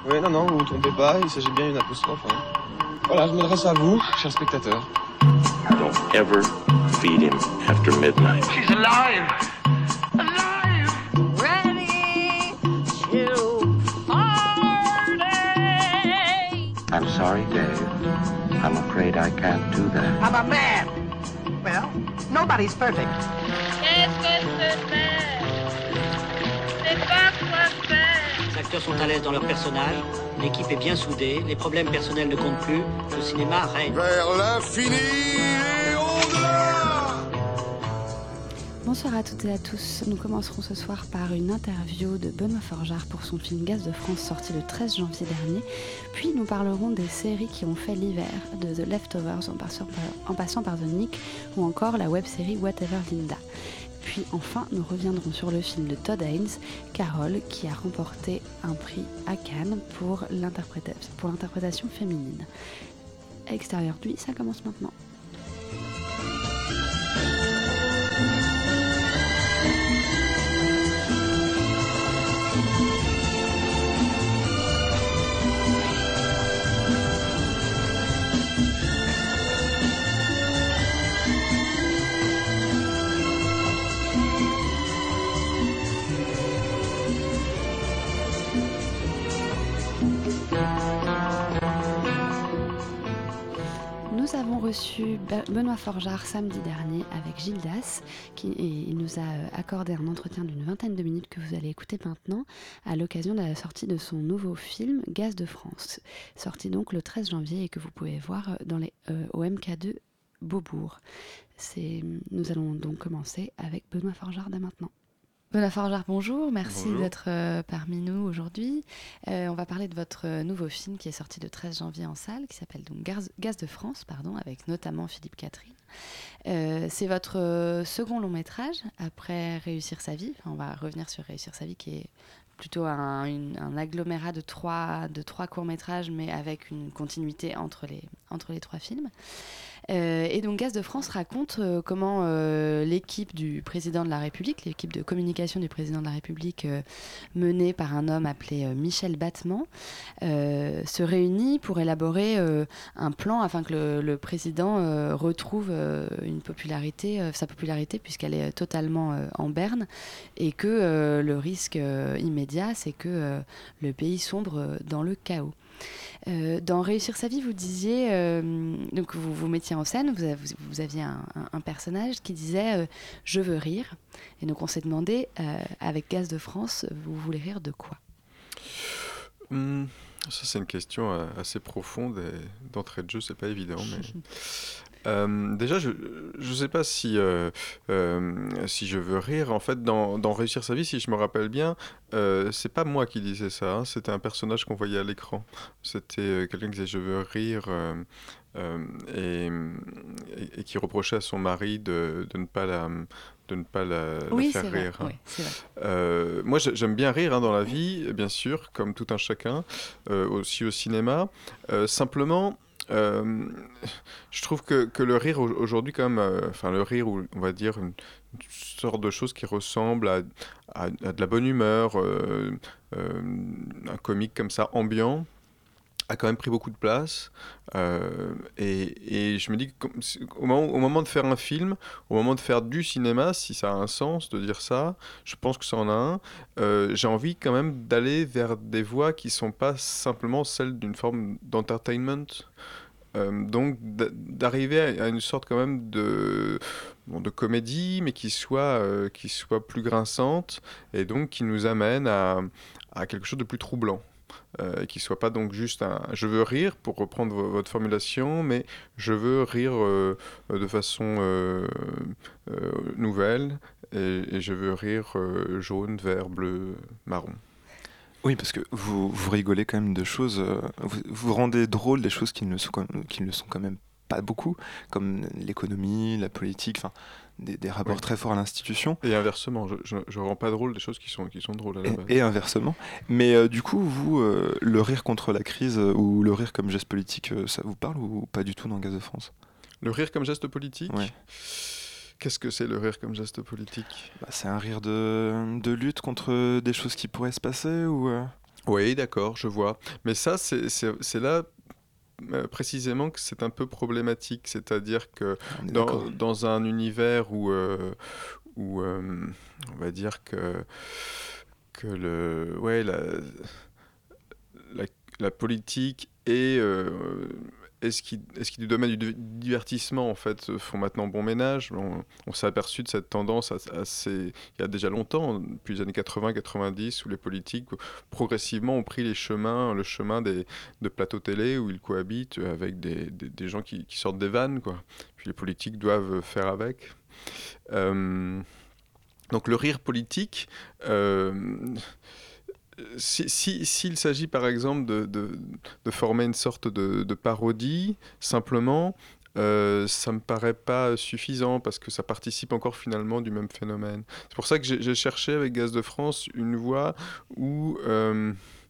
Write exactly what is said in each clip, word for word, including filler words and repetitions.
Oui, non, non, vous vous trompez pas, il s'agit bien d'une apostrophe. Hein. Voilà, je m'adresse à vous, chers spectateurs. Don't ever feed him after midnight. She's alive! Alive! Ready to party! I'm sorry, Dave. I'm afraid I can't do that. I'm a man! Well, nobody's perfect. Qu'est-ce que ce fait? C'est pas quoi faire. Les acteurs sont à l'aise dans leur personnage, l'équipe est bien soudée, les problèmes personnels ne comptent plus, le cinéma règne. Vers l'infini et au-delà. Bonsoir à toutes et à tous. Nous commencerons ce soir par une interview de Benoît Forgeard pour son film Gaz de France sorti le treize janvier dernier. Puis nous parlerons des séries qui ont fait l'hiver, de The Leftovers en passant par, en passant par The Nick ou encore la web-série Whatever Linda. Puis enfin, nous reviendrons sur le film de Todd Haynes, Carol, qui a remporté un prix à Cannes pour l'interprétation, pour l'interprétation féminine. Extérieur nuit, ça commence maintenant. Nous avons reçu Benoît Forgeard samedi dernier avec Gildas, qui et il nous a accordé un entretien d'une vingtaine de minutes que vous allez écouter maintenant, à l'occasion de la sortie de son nouveau film Gaz de France, sorti donc le treize janvier et que vous pouvez voir dans les, euh, au M K deux Beaubourg. C'est, nous allons donc commencer avec Benoît Forgeard dès maintenant. Benoît Forgeard, bonjour, merci bonjour. d'être euh, parmi nous aujourd'hui. Euh, on va parler de votre euh, nouveau film qui est sorti le treize janvier en salle, qui s'appelle donc Gaz, Gaz de France, pardon, avec notamment Philippe Catherine. Euh, c'est votre euh, second long métrage après Réussir sa vie. Enfin, on va revenir sur Réussir sa vie, qui est plutôt un, une, un agglomérat de trois, de trois courts-métrages, mais avec une continuité entre les, entre les trois films. Euh, et donc Gaz de France raconte euh, comment euh, l'équipe du président de la République, l'équipe de communication du président de la République euh, menée par un homme appelé euh, Michel Battement, euh, se réunit pour élaborer euh, un plan afin que le, le président euh, retrouve euh, une popularité, euh, sa popularité puisqu'elle est totalement euh, en berne et que euh, le risque euh, immédiat c'est que euh, le pays sombre dans le chaos. Euh, dans Réussir sa vie, vous disiez, euh, donc vous vous mettiez en scène, vous, avez, vous aviez un, un, un personnage qui disait euh, « je veux rire ». Et donc on s'est demandé, euh, avec Gaz de France, vous voulez rire de quoi ? Hum, ça c'est une question euh, assez profonde et d'entrée de jeu, c'est pas évident. Mais... Euh, déjà, je ne sais pas si, euh, euh, si je veux rire. En fait, dans, dans Réussir sa vie, si je me rappelle bien, euh, c'est pas moi qui disais ça. Hein, c'était un personnage qu'on voyait à l'écran. C'était euh, quelqu'un qui disait « je veux rire euh, euh, » et, et, et qui reprochait à son mari de, de ne pas la... de ne pas la, oui, la faire c'est rire. Vrai. Oui, c'est vrai. Euh, moi, j'aime bien rire hein, dans la vie, bien sûr, comme tout un chacun, euh, aussi au cinéma. Euh, simplement... Euh, je trouve que, que le rire aujourd'hui quand même, euh, enfin le rire, ou on va dire une, une sorte de chose qui ressemble à, à, à de la bonne humeur, euh, euh, un comique comme ça ambiant, a quand même pris beaucoup de place. Euh, et, et je me dis qu'au moment, au moment de faire un film, au moment de faire du cinéma, si ça a un sens de dire ça, je pense que ça en a un, euh, j'ai envie quand même d'aller vers des voies qui ne sont pas simplement celles d'une forme d'entertainment. Euh, donc d- d'arriver à, à une sorte quand même de, bon, de comédie, mais qui soit, euh, qui soit plus grinçante, et donc qui nous amène à, à quelque chose de plus troublant. Euh, qui ne soit pas donc juste un « je veux rire » pour reprendre v- votre formulation, mais je veux rire euh, de façon euh, euh, nouvelle, et, et je veux rire euh, jaune, vert, bleu, marron. Oui, parce que vous, vous rigolez quand même de choses, euh, vous, vous rendez drôle des choses qui ne, sont, qui ne le sont quand même pas beaucoup, comme l'économie, la politique, enfin des, des rapports oui. très forts à l'institution. Et inversement, je ne rends pas drôle des choses qui sont, qui sont drôles à la base. Et, et inversement. Mais euh, du coup, vous, euh, le rire contre la crise euh, ou le rire comme geste politique, euh, ça vous parle ou pas du tout dans Gaz de France ? Le rire comme geste politique ? Ouais. Qu'est-ce que c'est le rire comme geste politique ? Bah, c'est un rire de, de lutte contre des choses qui pourraient se passer ou euh... Oui, d'accord, je vois. Mais ça, c'est, c'est, c'est là euh, précisément que c'est un peu problématique. C'est-à-dire que On est dans, d'accord. dans un univers où, euh, où euh, on va dire que, que le, ouais, la, la, la politique et, euh, est ce qui, est ce qui du domaine du divertissement en fait font maintenant bon ménage. On, on s'est aperçu de cette tendance assez, il y a déjà longtemps, depuis les années quatre-vingts quatre-vingt-dix, où les politiques progressivement ont pris les chemins, le chemin des, de plateaux télé où ils cohabitent avec des, des, des gens qui, qui sortent des vannes, quoi. Puis les politiques doivent faire avec. Euh, donc le rire politique. Euh, Si, si, s'il s'agit par exemple de, de, de former une sorte de, de parodie, simplement, euh, ça me paraît pas suffisant parce que ça participe encore finalement du même phénomène. C'est pour ça que j'ai, j'ai cherché avec Gaz de France une voie où, euh,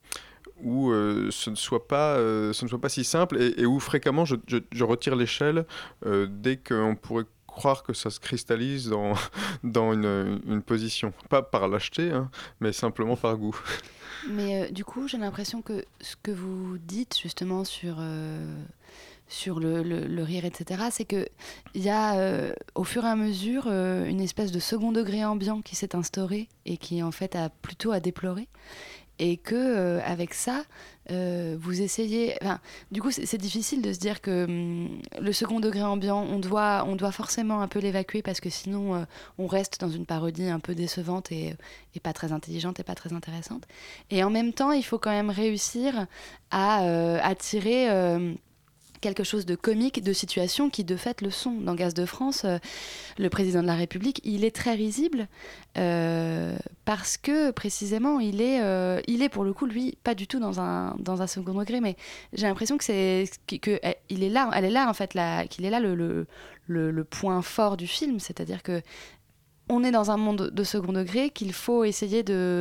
où euh, ce ne soit pas, euh, ce ne soit pas si simple et, et où fréquemment je, je, je retire l'échelle euh, dès qu'on pourrait croire que ça se cristallise dans, dans une, une position. Pas par lâcheté, hein, mais simplement par goût. Mais euh, du coup, j'ai l'impression que ce que vous dites justement sur, euh, sur le, le, le rire, et cetera, c'est qu'il y a euh, au fur et à mesure euh, une espèce de second degré ambiant qui s'est instauré et qui en fait a plutôt à déplorer. Et que euh, avec ça, euh, vous essayez. Enfin, du coup, c'est, c'est difficile de se dire que hum, le second degré ambiant, on doit, on doit forcément un peu l'évacuer parce que sinon, euh, on reste dans une parodie un peu décevante et, et pas très intelligente et pas très intéressante. Et en même temps, il faut quand même réussir à euh, attirer. Euh, quelque chose de comique, de situation qui de fait le sont. Dans Gaz de France, euh, le président de la République, il est très risible euh, parce que précisément, il est, euh, il est pour le coup, lui, pas du tout dans un, dans un second degré, mais j'ai l'impression que c'est, que, que, il est là, elle est là en fait, la, qu'il est là le, le, le, le point fort du film, c'est-à-dire que on est dans un monde de second degré qu'il faut essayer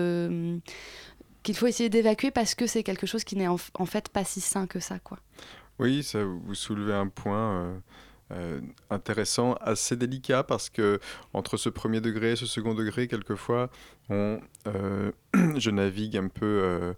de qu'il faut essayer d'évacuer parce que c'est quelque chose qui n'est en, en fait pas si sain que ça, quoi. Oui, ça, vous soulevez un point euh, euh, intéressant, assez délicat, parce que entre ce premier degré et ce second degré, quelquefois, on, euh, je navigue un peu. Euh,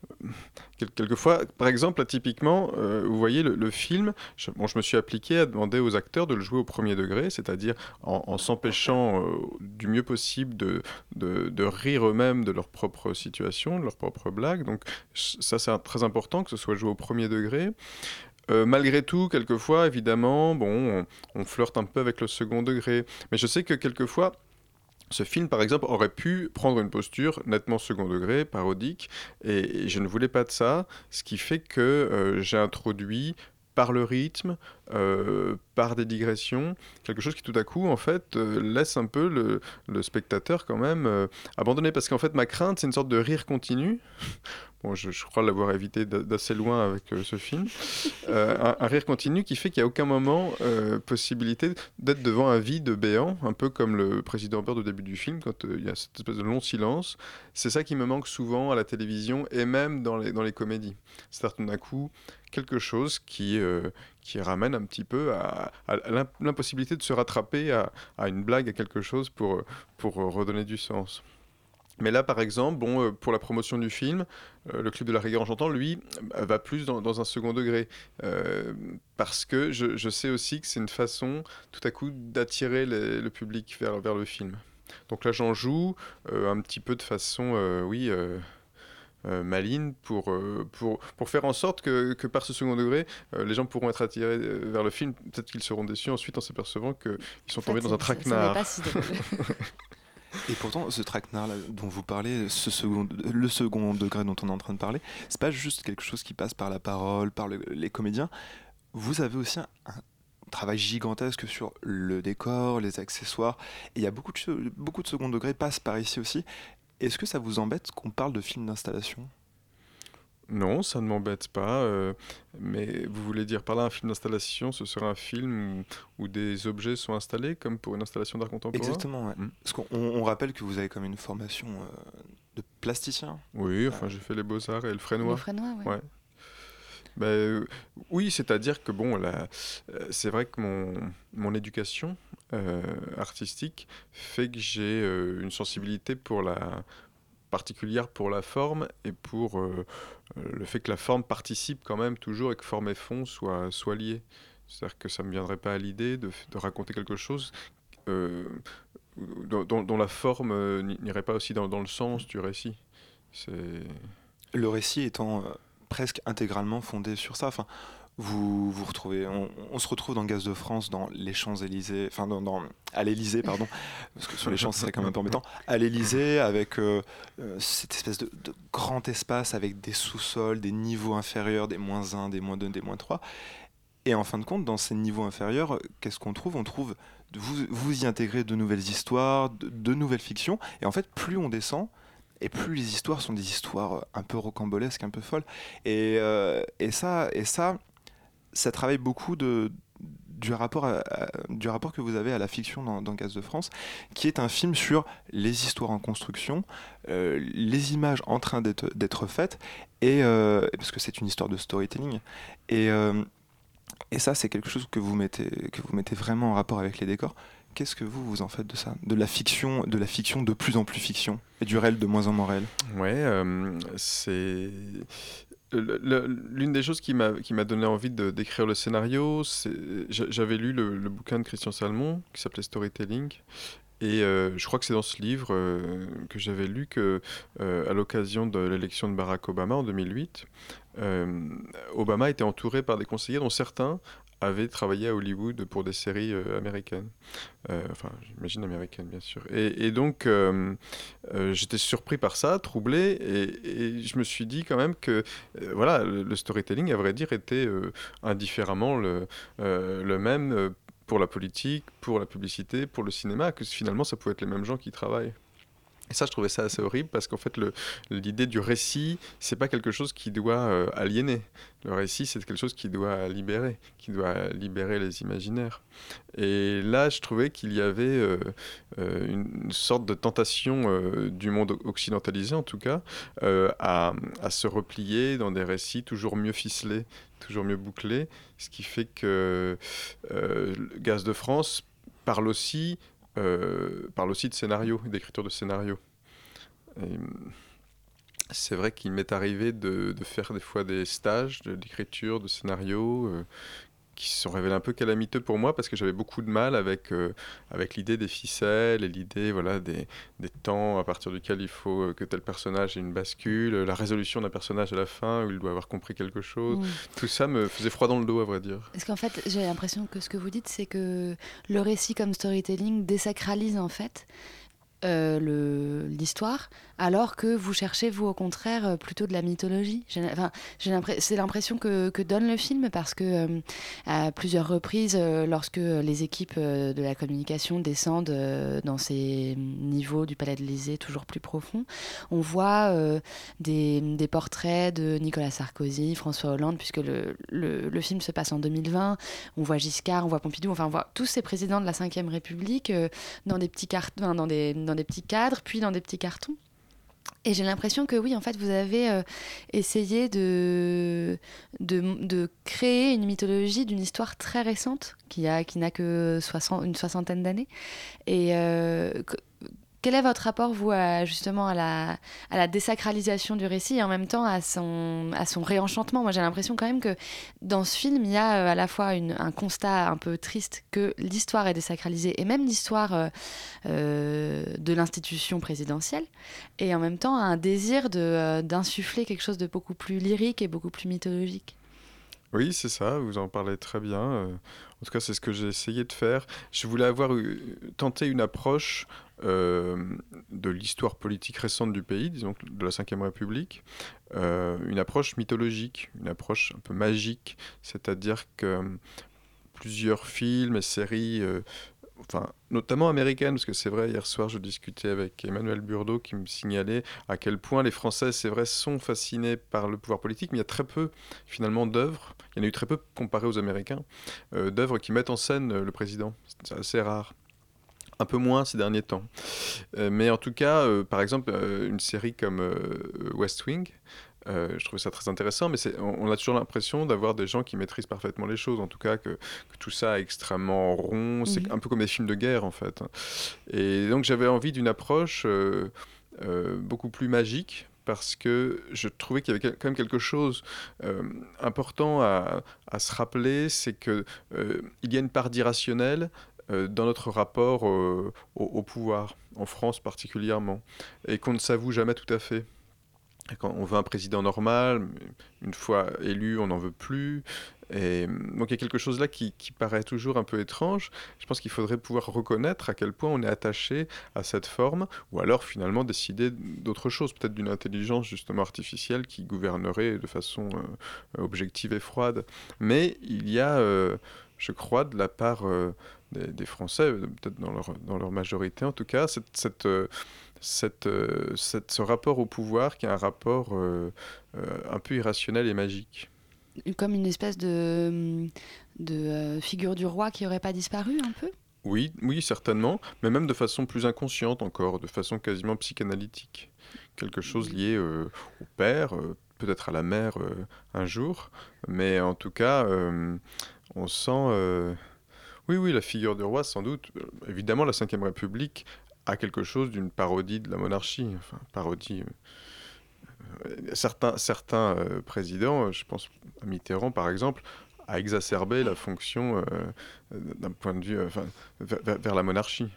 quel- quelquefois, par exemple, là, typiquement, euh, vous voyez le, le film, je, bon, je me suis appliqué à demander aux acteurs de le jouer au premier degré, c'est-à-dire en, en s'empêchant euh, du mieux possible de, de, de rire eux-mêmes de leur propre situation, de leur propre blague. Donc, ça, c'est très important que ce soit joué au premier degré. Euh, malgré tout, quelquefois, évidemment, bon, on, on flirte un peu avec le second degré. Mais je sais que quelquefois, ce film, par exemple, aurait pu prendre une posture nettement second degré, parodique, et, et je ne voulais pas de ça, ce qui fait que euh, j'ai introduit par le rythme, euh, par des digressions, quelque chose qui tout à coup, en fait, euh, laisse un peu le, le spectateur quand même euh, abandonné. Parce qu'en fait, ma crainte, c'est une sorte de rire continu. Bon, je, je crois l'avoir évité d'assez loin avec euh, ce film. Euh, un, un rire continu qui fait qu'il n'y a aucun moment euh, possibilité d'être devant un vide béant, un peu comme le président Bird au début du film, quand euh, il y a cette espèce de long silence. C'est ça qui me manque souvent à la télévision et même dans les, dans les comédies. C'est-à-dire tout d'un coup, quelque chose qui, euh, qui ramène un petit peu à, à l'impossibilité de se rattraper à, à une blague, à quelque chose pour, pour redonner du sens. Mais là, par exemple, bon, euh, pour la promotion du film, euh, le Club de la rigueur en chantant, lui, euh, va plus dans, dans un second degré. Euh, parce que je, je sais aussi que c'est une façon, tout à coup, d'attirer les, le public vers, vers le film. Donc là, j'en joue euh, un petit peu de façon, euh, oui... Euh, Euh, maligne pour, euh, pour, pour faire en sorte que, que par ce second degré, euh, les gens pourront être attirés euh, vers le film. Peut-être qu'ils seront déçus ensuite en s'apercevant qu'ils sont en tombés fait, dans un traquenard. Ça, ça n'est pas si Et pourtant, ce traquenard dont vous parlez, ce second, le second degré dont on est en train de parler, c'est pas juste quelque chose qui passe par la parole, par le, les comédiens. Vous avez aussi un, un travail gigantesque sur le décor, les accessoires. Et il y a beaucoup de, beaucoup de second degré passent par ici aussi. Est-ce que ça vous embête qu'on parle de film d'installation ? Non, ça ne m'embête pas. Euh, mais vous voulez dire par là un film d'installation, ce serait un film où, où des objets sont installés, comme pour une installation d'art contemporain ? Exactement, ouais. Mmh. Parce qu'on on rappelle que vous avez comme une formation euh, de plasticien. Oui, enfin euh... j'ai fait les Beaux-Arts et le Frénois. Le Frénois, oui. Ouais. Ben, euh, oui, c'est-à-dire que bon, là, euh, c'est vrai que mon, mon éducation euh, artistique fait que j'ai euh, une sensibilité pour la, particulière pour la forme et pour euh, le fait que la forme participe quand même toujours et que forme et fond soient, soient liés. C'est-à-dire que ça ne me viendrait pas à l'idée de, de raconter quelque chose euh, dont, dont, dont la forme euh, n'irait pas aussi dans, dans le sens du récit. C'est... Le récit étant euh, presque intégralement fondé sur ça. Enfin, vous vous retrouvez, on, on se retrouve dans Gaz de France, dans les Champs-Élysées, enfin dans, dans, à l'Élysée, pardon, parce que sur les Champs, ce serait quand même un peu embêtant. À l'Élysée, avec euh, euh, cette espèce de, de grand espace avec des sous-sols, des niveaux inférieurs, des moins un, des moins deux, des moins trois. Et en fin de compte, dans ces niveaux inférieurs, qu'est-ce qu'on trouve ? On trouve, vous, vous y intégrez de nouvelles histoires, de, de nouvelles fictions. Et en fait, plus on descend, et plus les histoires sont des histoires un peu rocambolesques, un peu folles. Et, euh, et, ça, et ça, ça travaille beaucoup de, du, rapport à, à, du rapport que vous avez à la fiction dans, dans Gaz de France, qui est un film sur les histoires en construction, euh, les images en train d'être, d'être faites, et, euh, parce que c'est une histoire de storytelling. Et... Euh, Et ça, c'est quelque chose que vous mettez, que vous mettez vraiment en rapport avec les décors. Qu'est-ce que vous, vous en faites de ça ? De la fiction, de la fiction de plus en plus fiction, et du réel de moins en moins réel. Ouais, euh, c'est... Le, le, l'une des choses qui m'a, qui m'a donné envie de, d'écrire le scénario, c'est... J'avais lu le, le bouquin de Christian Salmon, qui s'appelait Storytelling. Et euh, je crois que c'est dans ce livre euh, que j'avais lu que, euh, à l'occasion de l'élection de Barack Obama en deux mille huit, euh, Obama était entouré par des conseillers dont certains avaient travaillé à Hollywood pour des séries euh, américaines. Euh, enfin, j'imagine américaines, bien sûr. Et, et donc, euh, euh, j'étais surpris par ça, troublé, et, et je me suis dit quand même que euh, voilà, le, le storytelling, à vrai dire, était euh, indifféremment le, euh, le même euh, pour la politique, pour la publicité, pour le cinéma, que finalement ça pouvait être les mêmes gens qui travaillent. Et ça, je trouvais ça assez horrible parce qu'en fait, le, l'idée du récit, c'est pas quelque chose qui doit euh, aliéner. Le récit, c'est quelque chose qui doit libérer, qui doit libérer les imaginaires. Et là, je trouvais qu'il y avait euh, euh, une sorte de tentation euh, du monde occidentalisé, en tout cas, euh, à, à se replier dans des récits toujours mieux ficelés, toujours mieux bouclés, ce qui fait que euh, Gaz de France parle aussi Euh, parle aussi de scénario, d'écriture de scénario. Et c'est vrai qu'il m'est arrivé de, de faire des fois des stages de, d'écriture, de scénario, euh, qui se sont révélés un peu calamiteux pour moi parce que j'avais beaucoup de mal avec, euh, avec l'idée des ficelles et l'idée voilà, des, des temps à partir duquel il faut que tel personnage ait une bascule, la résolution d'un personnage à la fin où il doit avoir compris quelque chose. Mmh. Tout ça me faisait froid dans le dos, à vrai dire. Parce qu'en fait, j'ai l'impression que ce que vous dites, c'est que le récit comme storytelling désacralise en fait Euh, le, l'histoire, alors que vous cherchez, vous, au contraire, plutôt de la mythologie. J'ai, enfin, j'ai l'impression, c'est l'impression que, que donne le film, parce que euh, à plusieurs reprises, euh, lorsque les équipes euh, de la communication descendent euh, dans ces niveaux du Palais de l'Élysée toujours plus profonds, on voit euh, des, des portraits de Nicolas Sarkozy, François Hollande, puisque le, le, le film se passe en deux mille vingt. On voit Giscard, on voit Pompidou, enfin, on voit tous ces présidents de la cinquième République euh, dans des petits cartons, dans des dans des petits cadres, puis dans des petits cartons. Et j'ai l'impression que oui, en fait, vous avez euh, essayé de, de, de créer une mythologie d'une histoire très récente, qui, a, qui n'a que soixante, une soixantaine d'années. Et euh, que, quel est votre rapport, vous, à, justement, à la, à la désacralisation du récit et en même temps à son, à son réenchantement ? Moi, j'ai l'impression quand même que dans ce film, il y a euh, à la fois une, un constat un peu triste que l'histoire est désacralisée, et même l'histoire euh, euh, de l'institution présidentielle, et en même temps un désir de, euh, d'insuffler quelque chose de beaucoup plus lyrique et beaucoup plus mythologique. Oui, c'est ça, vous en parlez très bien. Euh, en tout cas, c'est ce que j'ai essayé de faire. Je voulais avoir eu, tenté une approche euh, de l'histoire politique récente du pays, disons de la cinquième République, euh, une approche mythologique, une approche un peu magique, c'est-à-dire que plusieurs films et séries, euh, enfin, notamment américaines, parce que c'est vrai, hier soir, je discutais avec Emmanuel Burdeau qui me signalait à quel point les Français, c'est vrai, sont fascinés par le pouvoir politique, mais il y a très peu, finalement, d'œuvres, il y en a eu très peu comparé aux Américains, euh, d'œuvres qui mettent en scène euh, le président. C'est assez rare. Un peu moins ces derniers temps. Euh, mais en tout cas, euh, par exemple, euh, une série comme euh, West Wing, Euh, je trouve ça très intéressant, mais c'est, on, on a toujours l'impression d'avoir des gens qui maîtrisent parfaitement les choses, en tout cas que, que tout ça est extrêmement rond, c'est mmh. un peu comme des films de guerre en fait. Et donc j'avais envie d'une approche euh, euh, beaucoup plus magique, parce que je trouvais qu'il y avait quand même quelque chose euh, important à, à se rappeler, c'est qu'il euh, y a une part d'irrationnel euh, dans notre rapport euh, au, au pouvoir, en France particulièrement, et qu'on ne s'avoue jamais tout à fait. Quand on veut un président normal, une fois élu, on n'en veut plus. Et donc il y a quelque chose là qui, qui paraît toujours un peu étrange. Je pense qu'il faudrait pouvoir reconnaître à quel point on est attaché à cette forme, ou alors finalement décider d'autre chose, peut-être d'une intelligence justement artificielle qui gouvernerait de façon euh, objective et froide. Mais il y a, euh, je crois, de la part euh, des, des Français, peut-être dans leur, dans leur majorité en tout cas, cette... cette euh, Cette, euh, cette, ce rapport au pouvoir qui est un rapport euh, euh, un peu irrationnel et magique. Comme une espèce de, de euh, figure du roi qui n'aurait pas disparu un peu ? Oui, oui, certainement, mais même de façon plus inconsciente encore, de façon quasiment psychanalytique. Quelque chose lié euh, au père, euh, peut-être à la mère euh, un jour, mais en tout cas, euh, on sent... Euh... Oui, oui, la figure du roi, sans doute. Évidemment, la Cinquième République a quelque chose d'une parodie de la monarchie. Enfin, parodie... Euh, certains certains euh, présidents, je pense à Mitterrand par exemple, a exacerbé la fonction euh, d'un point de vue... Enfin, vers, vers la monarchie.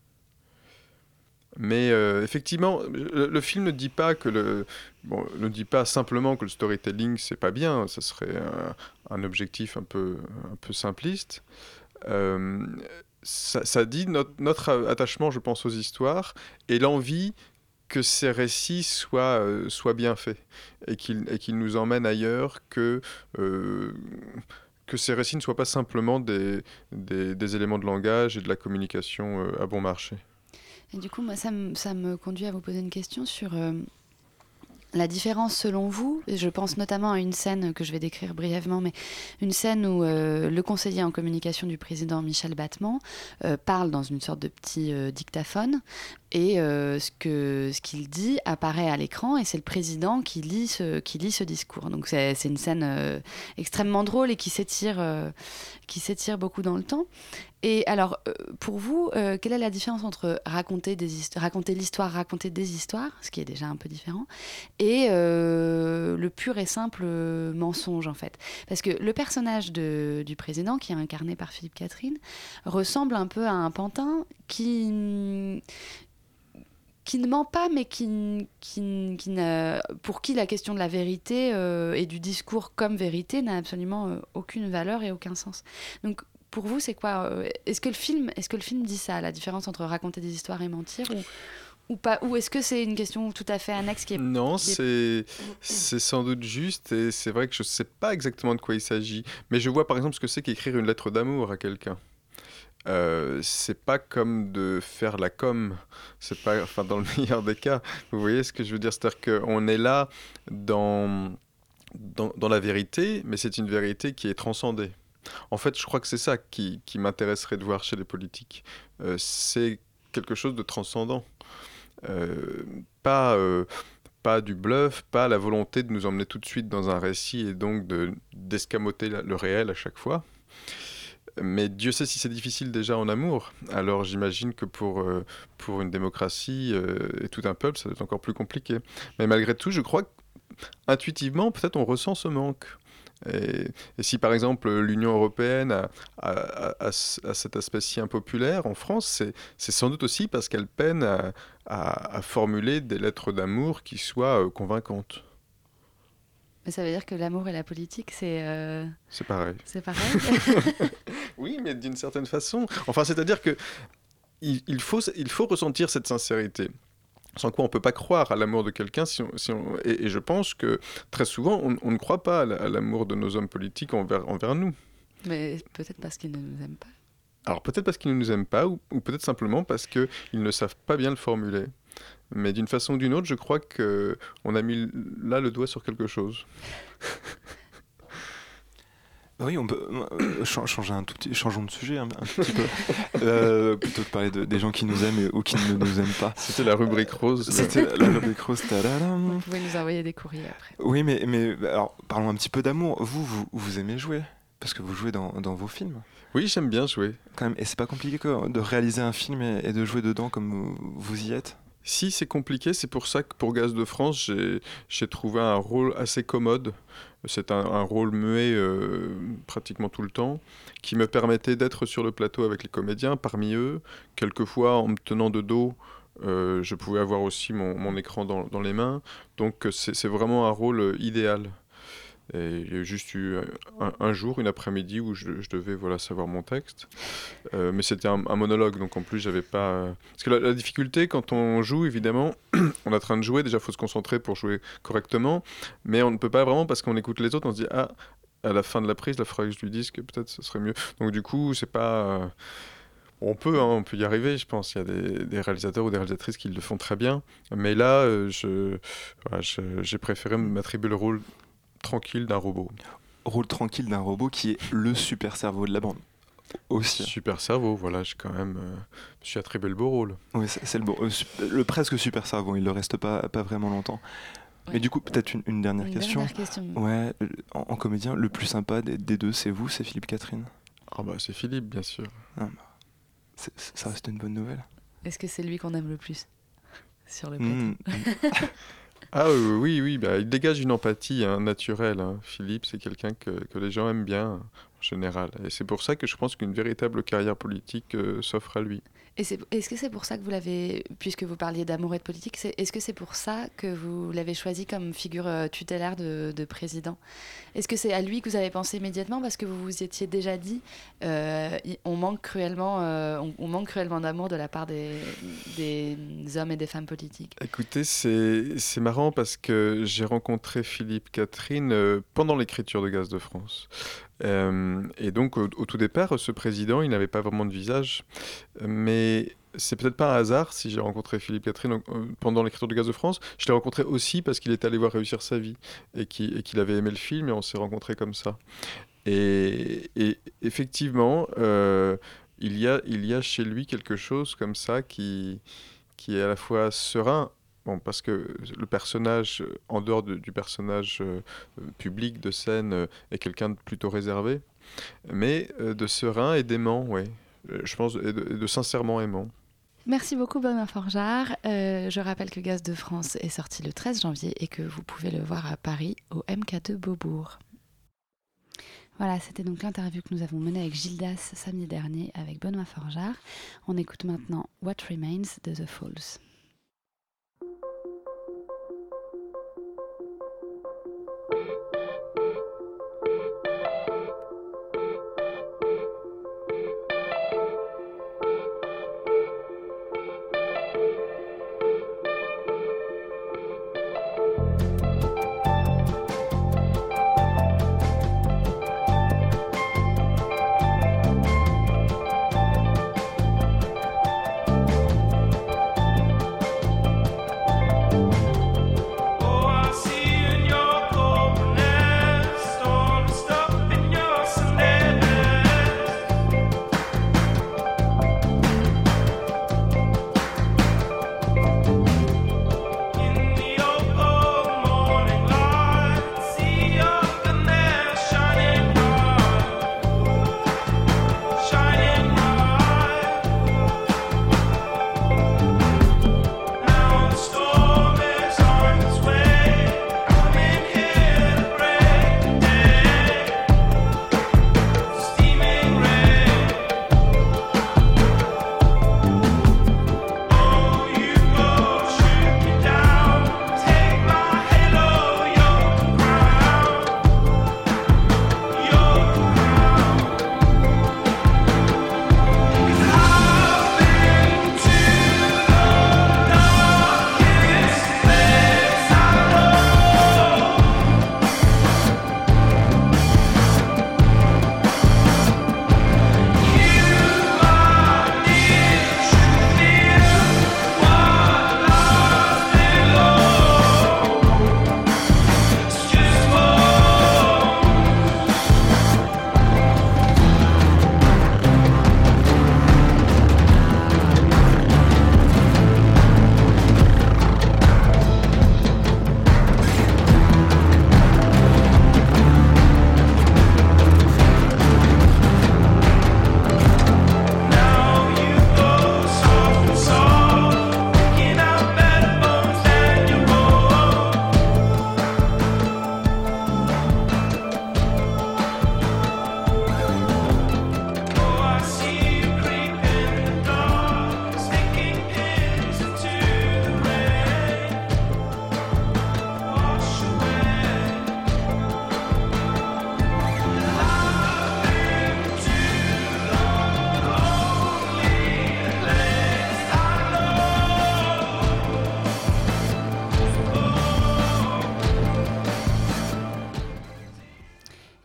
Mais euh, effectivement, le, le film ne dit pas que le, bon, ne dit pas simplement que le storytelling c'est pas bien. Ça serait un, un objectif un peu, un peu simpliste. Euh, ça, ça dit notre, notre attachement, je pense, aux histoires et l'envie que ces récits soient, euh, soient bien faits et qu'ils, et qu'ils nous emmènent ailleurs, que, euh, que ces récits ne soient pas simplement des, des, des éléments de langage et de la communication euh, à bon marché. Et du coup, moi, ça, m- ça me conduit à vous poser une question sur euh, la différence selon vous. Et je pense notamment à une scène que je vais décrire brièvement, mais une scène où euh, le conseiller en communication du président Michel Batteman euh, parle dans une sorte de petit euh, dictaphone. Et euh, ce, que, ce qu'il dit apparaît à l'écran et c'est le président qui lit ce, qui lit ce discours. Donc c'est, c'est une scène euh, extrêmement drôle et qui s'étire, euh, qui s'étire beaucoup dans le temps. Et alors, euh, pour vous, euh, quelle est la différence entre raconter, des hist- raconter l'histoire, raconter des histoires, ce qui est déjà un peu différent, et euh, le pur et simple euh, mensonge, en fait ? Parce que le personnage de, du président, qui est incarné par Philippe Catherine, ressemble un peu à un pantin qui... qui ne ment pas, mais qui, qui, qui n'a, pour qui la question de la vérité euh, et du discours comme vérité n'a absolument euh, aucune valeur et aucun sens. Donc, pour vous, c'est quoi euh, est-ce que le film, est-ce que le film dit ça, la différence entre raconter des histoires et mentir, ou, ou pas, ou est-ce que c'est une question tout à fait annexe qui est... Non, qui est... c'est, c'est sans doute juste, et c'est vrai que je ne sais pas exactement de quoi il s'agit, mais je vois par exemple ce que c'est qu'écrire une lettre d'amour à quelqu'un. Euh, c'est pas comme de faire la com, c'est pas, enfin dans le meilleur des cas, vous voyez ce que je veux dire, c'est-à-dire qu'on est là dans, dans, dans la vérité, mais c'est une vérité qui est transcendée. En fait, je crois que c'est ça qui, qui m'intéresserait de voir chez les politiques, euh, c'est quelque chose de transcendant, euh, pas... Euh, pas du bluff, pas la volonté de nous emmener tout de suite dans un récit et donc de, d'escamoter le réel à chaque fois. Mais Dieu sait si c'est difficile déjà en amour. Alors j'imagine que pour, euh, pour une démocratie euh, et tout un peuple, ça doit être encore plus compliqué. Mais malgré tout, je crois qu'intuitivement, peut-être on ressent ce manque. Et, et si par exemple l'Union européenne a, a, a, a, a cet aspect si impopulaire en France, c'est, c'est sans doute aussi parce qu'elle peine à, à, à formuler des lettres d'amour qui soient euh, convaincantes. Mais ça veut dire que l'amour et la politique, c'est... Euh... C'est pareil. C'est pareil. Oui, mais d'une certaine façon. Enfin, c'est-à-dire que il, il, faut, il faut ressentir cette sincérité. Sans quoi on ne peut pas croire à l'amour de quelqu'un. Si on, si on, et, et je pense que très souvent, on, on ne croit pas à, la, à l'amour de nos hommes politiques envers, envers nous. Mais peut-être parce qu'ils ne nous aiment pas. Alors peut-être parce qu'ils ne nous aiment pas, ou, ou peut-être simplement parce qu'ils ne savent pas bien le formuler. Mais d'une façon ou d'une autre, je crois qu'on a mis là le doigt sur quelque chose. Oui, on peut euh, changer un tout petit, changeons de sujet un, un petit peu, euh, plutôt que parler de, des gens qui nous aiment et, ou qui ne nous aiment pas. C'était la rubrique rose. C'était la rubrique rose. Tadadam. Vous pouvez nous envoyer des courriers après. Oui, mais, mais alors, parlons un petit peu d'amour. Vous, vous, vous aimez jouer ? Parce que vous jouez dans, dans vos films. Oui, j'aime bien jouer. Quand même, et c'est pas compliqué quoi, de réaliser un film et, et de jouer dedans comme vous, vous y êtes ? Si, c'est compliqué, c'est pour ça que pour Gaz de France, j'ai, j'ai trouvé un rôle assez commode. C'est un, un rôle muet euh, pratiquement tout le temps, qui me permettait d'être sur le plateau avec les comédiens, parmi eux. Quelquefois, en me tenant de dos, euh, je pouvais avoir aussi mon, mon écran dans, dans les mains. Donc c'est, c'est vraiment un rôle euh, idéal. Et il y a juste eu un, un jour, une après-midi où je, je devais voilà, savoir mon texte. Euh, mais c'était un, un monologue, donc en plus, j'avais pas... euh, Parce que la, la difficulté, quand on joue, évidemment, on est en train de jouer, déjà, il faut se concentrer pour jouer correctement, mais on ne peut pas vraiment, parce qu'on écoute les autres, on se dit « Ah, à la fin de la prise, il faudrait que je lui dise que peut-être ce serait mieux. » Donc du coup, c'est pas... euh, On peut, hein, on peut y arriver, je pense. Il y a des, des réalisateurs ou des réalisatrices qui le font très bien. Mais là, euh, je, voilà, je, j'ai préféré m'attribuer le rôle tranquille d'un robot. Rôle tranquille d'un robot qui est le super cerveau de la bande. Aussi. Super cerveau, voilà, j'ai quand même... Euh, je suis attribué le beau rôle. Oui, c'est, c'est le, beau, euh, le presque super cerveau, il ne le reste pas, pas vraiment longtemps. Ouais. Mais du coup, peut-être une, une dernière une question. Dernière question. Ouais, en, en comédien, le plus sympa des, des deux, c'est vous, c'est Philippe Catherine? Ah bah c'est Philippe, bien sûr. Ah bah, c'est, ça reste une bonne nouvelle. Est-ce que c'est lui qu'on aime le plus sur le plateau? Mmh. Ah euh, oui, oui, bah, il dégage une empathie hein, naturelle. Hein. Philippe, c'est quelqu'un que, que les gens aiment bien en général. Et c'est pour ça que je pense qu'une véritable carrière politique euh, s'offre à lui. Et c'est, est-ce que c'est pour ça que vous l'avez, puisque vous parliez d'amour et de politique, c'est, est-ce que c'est pour ça que vous l'avez choisi comme figure euh, tutélaire de, de président? Est-ce que c'est à lui que vous avez pensé immédiatement parce que vous vous étiez déjà dit euh, on manque cruellement, euh, on, on manque cruellement d'amour de la part des, des hommes et des femmes politiques? Écoutez, c'est, c'est marrant parce que j'ai rencontré Philippe Catherine euh, pendant l'écriture de Gaz de France. Euh, et donc, au, au tout départ, ce président, il n'avait pas vraiment de visage. Mais c'est peut-être pas un hasard si j'ai rencontré Philippe Catherine euh, pendant l'écriture de Gaz de France. Je l'ai rencontré aussi parce qu'il est allé voir Réussir sa vie et, qui, et qu'il avait aimé le film et on s'est rencontrés comme ça. Et, et effectivement, euh, il y a, il y a chez lui quelque chose comme ça qui, qui est à la fois serein. Bon, parce que le personnage, en dehors de, du personnage euh, public de scène, euh, est quelqu'un de plutôt réservé, mais euh, de serein et d'aimant, oui. Euh, je pense, et de, et de sincèrement aimant. Merci beaucoup Benoît Forgeard. Euh, je rappelle que Gaz de France est sorti le treize janvier et que vous pouvez le voir à Paris au M K deux Beaubourg. Voilà, c'était donc l'interview que nous avons menée avec Gildas samedi dernier avec Benoît Forgeard. On écoute maintenant What Remains de The Falls. Oh, I see in your coldness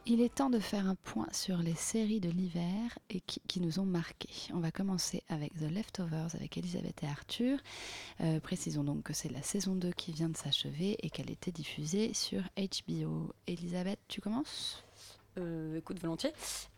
Il est temps de faire un point sur les séries de l'hiver et qui, qui nous ont marqués. On va commencer avec The Leftovers avec Elisabeth et Arthur. Euh, précisons donc que c'est la saison deux qui vient de s'achever et qu'elle était diffusée sur H B O. Elisabeth, tu commences ? euh, Écoute, volontiers.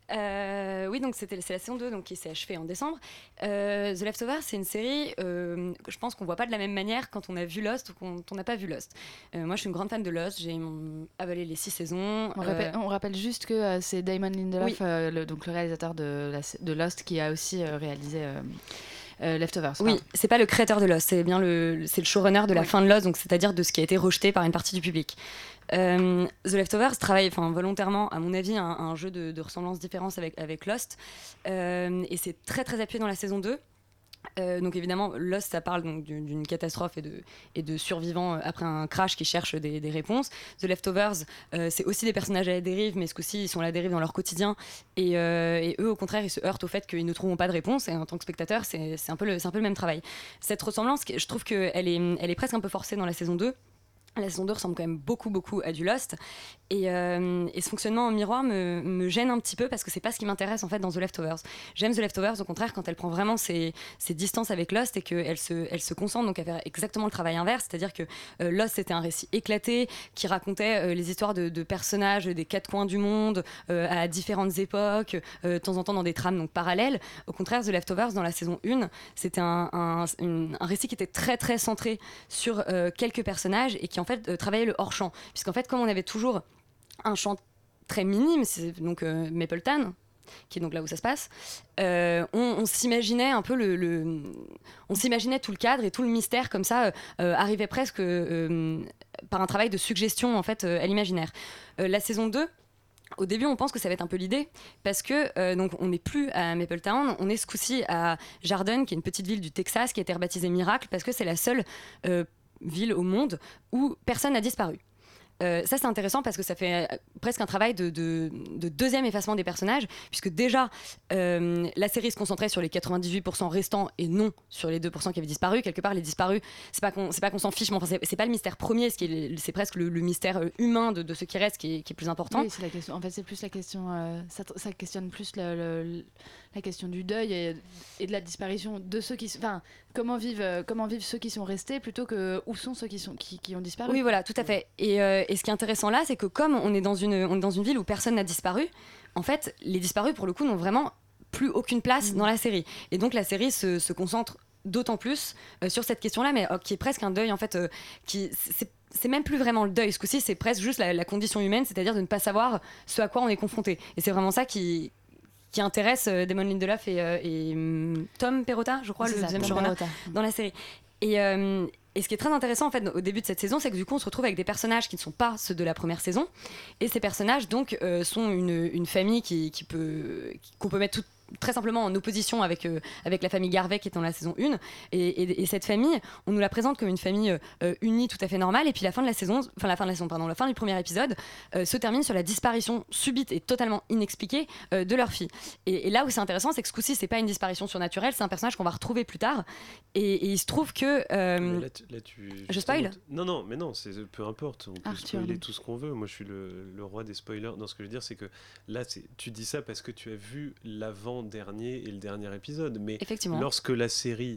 Euh, oui, donc c'était, c'est la saison deux donc, qui s'est achevée en décembre. Euh, The Leftovers, c'est une série euh, que je pense qu'on ne voit pas de la même manière quand on a vu Lost ou quand on n'a pas vu Lost. Euh, moi, je suis une grande fan de Lost. J'ai mon, avalé les six saisons. On, euh... rappelle, on rappelle juste que euh, c'est Damon Lindelof, oui. euh, le, donc le réalisateur de, la, de Lost, qui a aussi euh, réalisé... Euh, Euh, Leftovers. Oui, pardon. c'est pas le créateur de Lost, c'est bien le, c'est le showrunner de la oui. fin de Lost, donc c'est-à-dire de ce qui a été rejeté par une partie du public. Euh, The Leftovers travaille, enfin volontairement, à mon avis, un, un jeu de, de ressemblances différentes avec, avec Lost, euh, et c'est très très appuyé dans la saison deux. Euh, donc évidemment, Lost, ça parle donc d'une, d'une catastrophe et de, et de survivants après un crash qui cherchent des, des réponses. The Leftovers, euh, c'est aussi des personnages à la dérive, mais ce coup-ci, ils sont à la dérive dans leur quotidien. Et, euh, et eux, au contraire, ils se heurtent au fait qu'ils ne trouveront pas de réponse. Et en tant que spectateur, c'est, c'est, un, peu le, c'est un peu le même travail. Cette ressemblance, je trouve qu'elle est, elle est presque un peu forcée dans la saison deux. La saison deux ressemble quand même beaucoup beaucoup à du Lost et, euh, et ce fonctionnement en miroir me, me gêne un petit peu parce que c'est pas ce qui m'intéresse en fait dans The Leftovers. J'aime The Leftovers au contraire quand elle prend vraiment ses, ses distances avec Lost et qu'elle se, elle se concentre donc à faire exactement le travail inverse, c'est-à-dire que euh, Lost c'était un récit éclaté qui racontait euh, les histoires de, de personnages des quatre coins du monde euh, à différentes époques, euh, de temps en temps dans des trames donc parallèles. Au contraire, The Leftovers dans la saison un c'était un, un, une, un récit qui était très très centré sur euh, quelques personnages et qui en fait euh, travaillait le hors-champ, puisqu'en fait comme on avait toujours un champ très minime, c'est donc euh, Mapletown, qui est donc là où ça se passe, euh, on, on s'imaginait un peu le, le, on s'imaginait tout le cadre et tout le mystère comme ça euh, arrivait presque euh, par un travail de suggestion en fait euh, à l'imaginaire. Euh, la saison deux, au début, on pense que ça va être un peu l'idée, parce que euh, donc on n'est plus à Mapletown, on est ce coup-ci à Jarden, qui est une petite ville du Texas qui a été rebaptisée Miracle, parce que c'est la seule euh, ville au monde où personne n'a disparu. Euh, ça c'est intéressant parce que ça fait euh, presque un travail de, de, de deuxième effacement des personnages, puisque déjà euh, la série se concentrait sur les quatre-vingt-dix-huit pour cent restants et non sur les deux pour cent qui avaient disparu. Quelque part les disparus, c'est pas qu'on, c'est pas qu'on s'en fiche, mais enfin, c'est, c'est pas le mystère premier, ce qui est, c'est presque le, le mystère humain de, de ce qui reste qui est, qui est plus important. Oui, c'est la question. En fait c'est plus la question, euh, ça, ça questionne plus le, le, la question du deuil et, et de la disparition de ceux qui... Enfin, comment vivent, euh, comment vivent ceux qui sont restés plutôt que où sont ceux qui, sont, qui, qui ont disparu. Oui voilà, tout à fait. Et, euh, et ce qui est intéressant là, c'est que comme on est dans une, on est dans une ville où personne n'a disparu, en fait, les disparus, pour le coup, n'ont vraiment plus aucune place mmh. dans la série. Et donc, la série se, se concentre d'autant plus euh, sur cette question-là, mais euh, qui est presque un deuil, en fait, euh, qui... C'est, c'est même plus vraiment le deuil, ce coup-ci, c'est presque juste la, la condition humaine, c'est-à-dire de ne pas savoir ce à quoi on est confronté. Et c'est vraiment ça qui... qui intéresse euh, Damon Lindelof et, euh, et um, Tom Perrotta, je crois, c'est le ça, deuxième showrunner dans la série. Et... Euh, Et ce qui est très intéressant en fait au début de cette saison, c'est que du coup on se retrouve avec des personnages qui ne sont pas ceux de la première saison. Et ces personnages donc euh, sont une, une famille qui, qui peut, qui, qu'on peut mettre tout, très simplement en opposition avec, euh, avec la famille Garvey qui est dans la saison un. Et, et, et cette famille, on nous la présente comme une famille euh, unie, tout à fait normale. Et puis la fin de la saison, enfin la fin de la saison, pardon, la fin du premier épisode euh, se termine sur la disparition subite et totalement inexpliquée euh, de leur fille. Et, et là où c'est intéressant, c'est que ce coup-ci, c'est pas une disparition surnaturelle, c'est un personnage qu'on va retrouver plus tard. Et, et il se trouve que euh, là, tu, là, tu, je spoil ? Non, non, mais non, c'est, peu importe. On peut Arthur, spoiler oui. tout ce qu'on veut. Moi, je suis le, le roi des spoilers. Non, ce que je veux dire, c'est que là, c'est, tu dis ça parce que tu as vu l'avant-dernier et le dernier épisode. Mais lorsque la série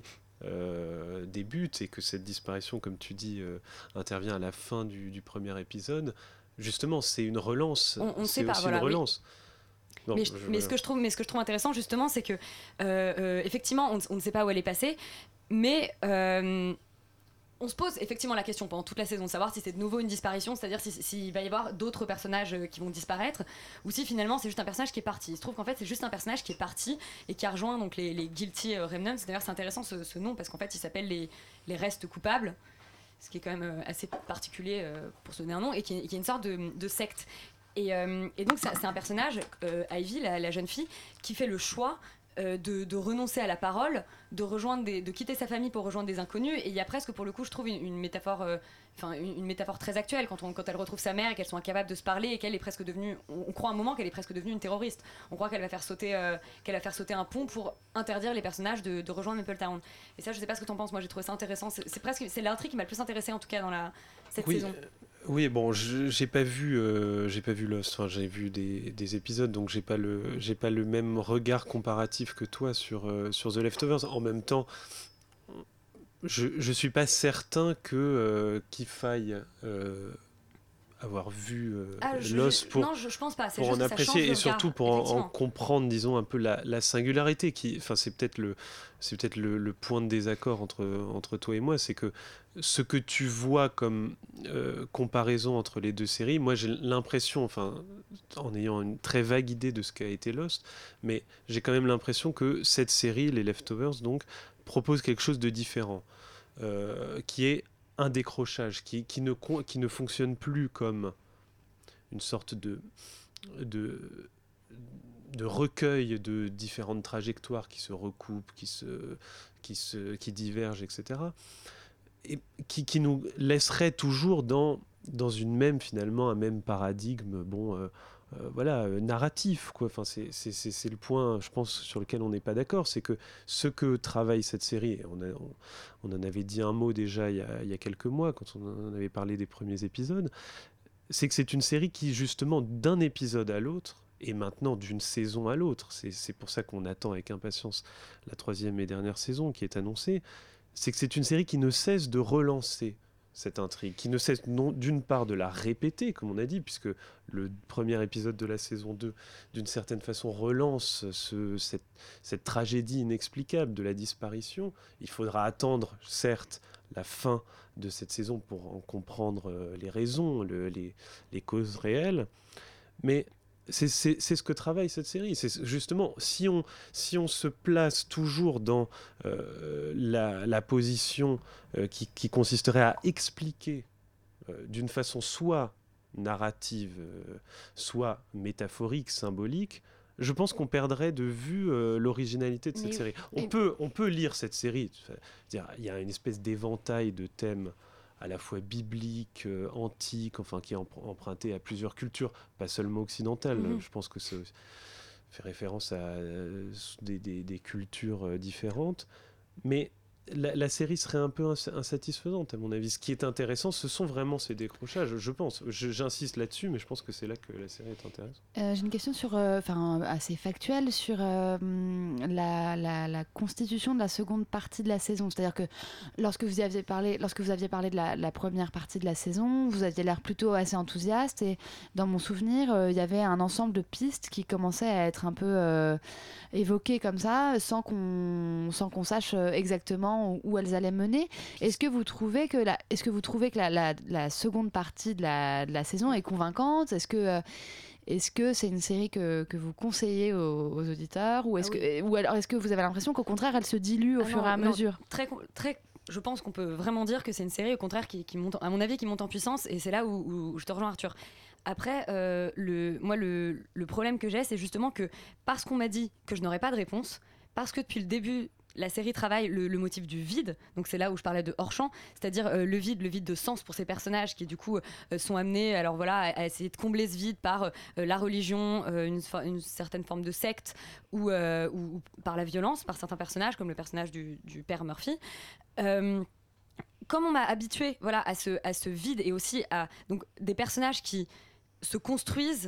euh, débute et que cette disparition, comme tu dis, euh, intervient à la fin du, du premier épisode, justement, c'est une relance. On, on c'est sait pas, aussi voilà, une relance. Oui. Non, mais, je, je, mais, ce que je trouve, mais ce que je trouve intéressant justement, c'est que euh, euh, effectivement, on, on ne sait pas où elle est passée, mais euh, on se pose effectivement la question pendant toute la saison de savoir si c'est de nouveau une disparition, c'est-à-dire s'il si, si va y avoir d'autres personnages qui vont disparaître, ou si finalement c'est juste un personnage qui est parti. Il se trouve qu'en fait c'est juste un personnage qui est parti et qui a rejoint donc les, les Guilty Remnants. D'ailleurs c'est intéressant ce, ce nom parce qu'en fait il s'appelle les, les restes coupables, ce qui est quand même assez particulier pour se donner un nom, et qui est, qui est une sorte de, de secte. Et, euh, et donc c'est, c'est un personnage, euh, Ivy, la, la jeune fille, qui fait le choix euh, de, de renoncer à la parole, de, rejoindre des, de quitter sa famille pour rejoindre des inconnus. Et il y a presque, pour le coup, je trouve une, une métaphore, enfin euh, une, une métaphore très actuelle quand, on, quand elle retrouve sa mère et qu'elles sont incapables de se parler et qu'elle est presque devenue, on, on croit un moment qu'elle est presque devenue une terroriste. On croit qu'elle va faire sauter, euh, qu'elle va faire sauter un pont pour interdire les personnages de, de rejoindre Mapletown. Et ça, je sais pas ce que t'en penses. Moi, j'ai trouvé ça intéressant. C'est, c'est presque, c'est l'intrigue qui m'a le plus intéressée en tout cas dans la cette oui, saison. Oui, bon, je- j'ai pas vu, euh, j'ai pas vu Lost. Enfin, j'ai vu des, des épisodes, donc j'ai pas le, j'ai pas le même regard comparatif que toi sur euh, sur The Leftovers. En même temps, je je suis pas certain que euh, qu'il faille euh, avoir vu euh, Ah, je- Lost je- pour non, je, je pense pas. C'est pour juste en que ça change apprécier le et surtout regard, pour en, en effectivement. comprendre, disons, un peu la, la singularité qui, enfin, c'est peut-être le, c'est peut-être le, le point de désaccord entre, entre toi et moi, c'est que ce que tu vois comme euh, comparaison entre les deux séries, moi j'ai l'impression, enfin, en ayant une très vague idée de ce qu'a été Lost, mais j'ai quand même l'impression que cette série, les Leftovers, donc, propose quelque chose de différent, euh, qui est un décrochage, qui, qui, ne, con- qui ne fonctionne plus comme une sorte de, de, de recueil de différentes trajectoires qui se recoupent, qui, se, qui, se, qui divergent, et cetera. Et qui, qui nous laisserait toujours dans, dans une même, finalement, un même paradigme, bon, euh, euh, voilà, euh, narratif, quoi. Enfin, c'est, c'est, c'est, c'est le point, je pense, sur lequel on n'est pas d'accord, c'est que ce que travaille cette série, et on, a, on, on en avait dit un mot déjà il y a, il y a quelques mois, quand on en avait parlé des premiers épisodes, c'est que c'est une série qui, justement, d'un épisode à l'autre, et maintenant d'une saison à l'autre, c'est, c'est pour ça qu'on attend avec impatience la troisième et dernière saison qui est annoncée, c'est que c'est une série qui ne cesse de relancer cette intrigue, qui ne cesse non, d'une part de la répéter, comme on a dit, puisque le premier épisode de la saison deux, d'une certaine façon, relance ce, cette, cette tragédie inexplicable de la disparition. Il faudra attendre, certes, la fin de cette saison pour en comprendre euh, les raisons, le, les, les causes réelles, mais c'est, c'est, c'est ce que travaille cette série. C'est justement, si on, si on se place toujours dans euh, la, la position euh, qui, qui consisterait à expliquer euh, d'une façon soit narrative, euh, soit métaphorique, symbolique, je pense qu'on perdrait de vue euh, l'originalité de cette Mais- série. On, mais- peut, on peut lire cette série. C'est-à-dire, il y a une espèce d'éventail de thèmes à la fois biblique, euh, antique, enfin qui est empr- emprunté à plusieurs cultures, pas seulement occidentales. Mhm. Je pense que ça fait référence à euh, des, des- des cultures euh, différentes. Mais la, la série serait un peu ins- insatisfaisante, à mon avis. Ce qui est intéressant, ce sont vraiment ces décrochages, je pense. Je- J'insiste là-dessus, mais je pense que c'est là que la série est intéressante. Euh, J'ai une question sur, euh, enfin assez factuelle sur euh, la, la, la constitution de la seconde partie de la saison. C'est-à-dire que lorsque vous y aviez parlé, lorsque vous aviez parlé de la, la première partie de la saison, vous aviez l'air plutôt assez enthousiaste et dans mon souvenir, euh, il y avait un ensemble de pistes qui commençaient à être un peu euh, évoquées comme ça, sans qu'on sans qu'on sache euh, exactement où, où elles allaient mener. Est-ce que vous trouvez que la, est-ce que vous trouvez que la, la, la seconde partie de la, de la saison est convaincante? Est-ce que euh, Est-ce que c'est une série que, que vous conseillez aux, aux auditeurs ou est-ce Ah oui. que ou alors est-ce que vous avez l'impression qu'au contraire elle se dilue au Ah fur non, et à non, mesure? Très, com- très, je pense qu'on peut vraiment dire que c'est une série au contraire qui, qui monte, à mon avis, qui monte en puissance et c'est là où, où je te rejoins, Arthur. Après, euh, le, moi, le, le problème que j'ai, c'est justement que parce qu'on m'a dit que je n'aurais pas de réponse, parce que depuis le début, la série travaille le, le motif du vide, donc c'est là où je parlais de hors-champ, c'est-à-dire euh, le vide, le vide de sens pour ces personnages qui du coup euh, sont amenés alors, voilà, à, à essayer de combler ce vide par euh, la religion, euh, une, for- une certaine forme de secte ou, euh, ou, ou par la violence, par certains personnages, comme le personnage du, du père Murphy. Euh, comme on m'a habitué voilà, à, ce, à ce vide et aussi à donc, des personnages qui se construisent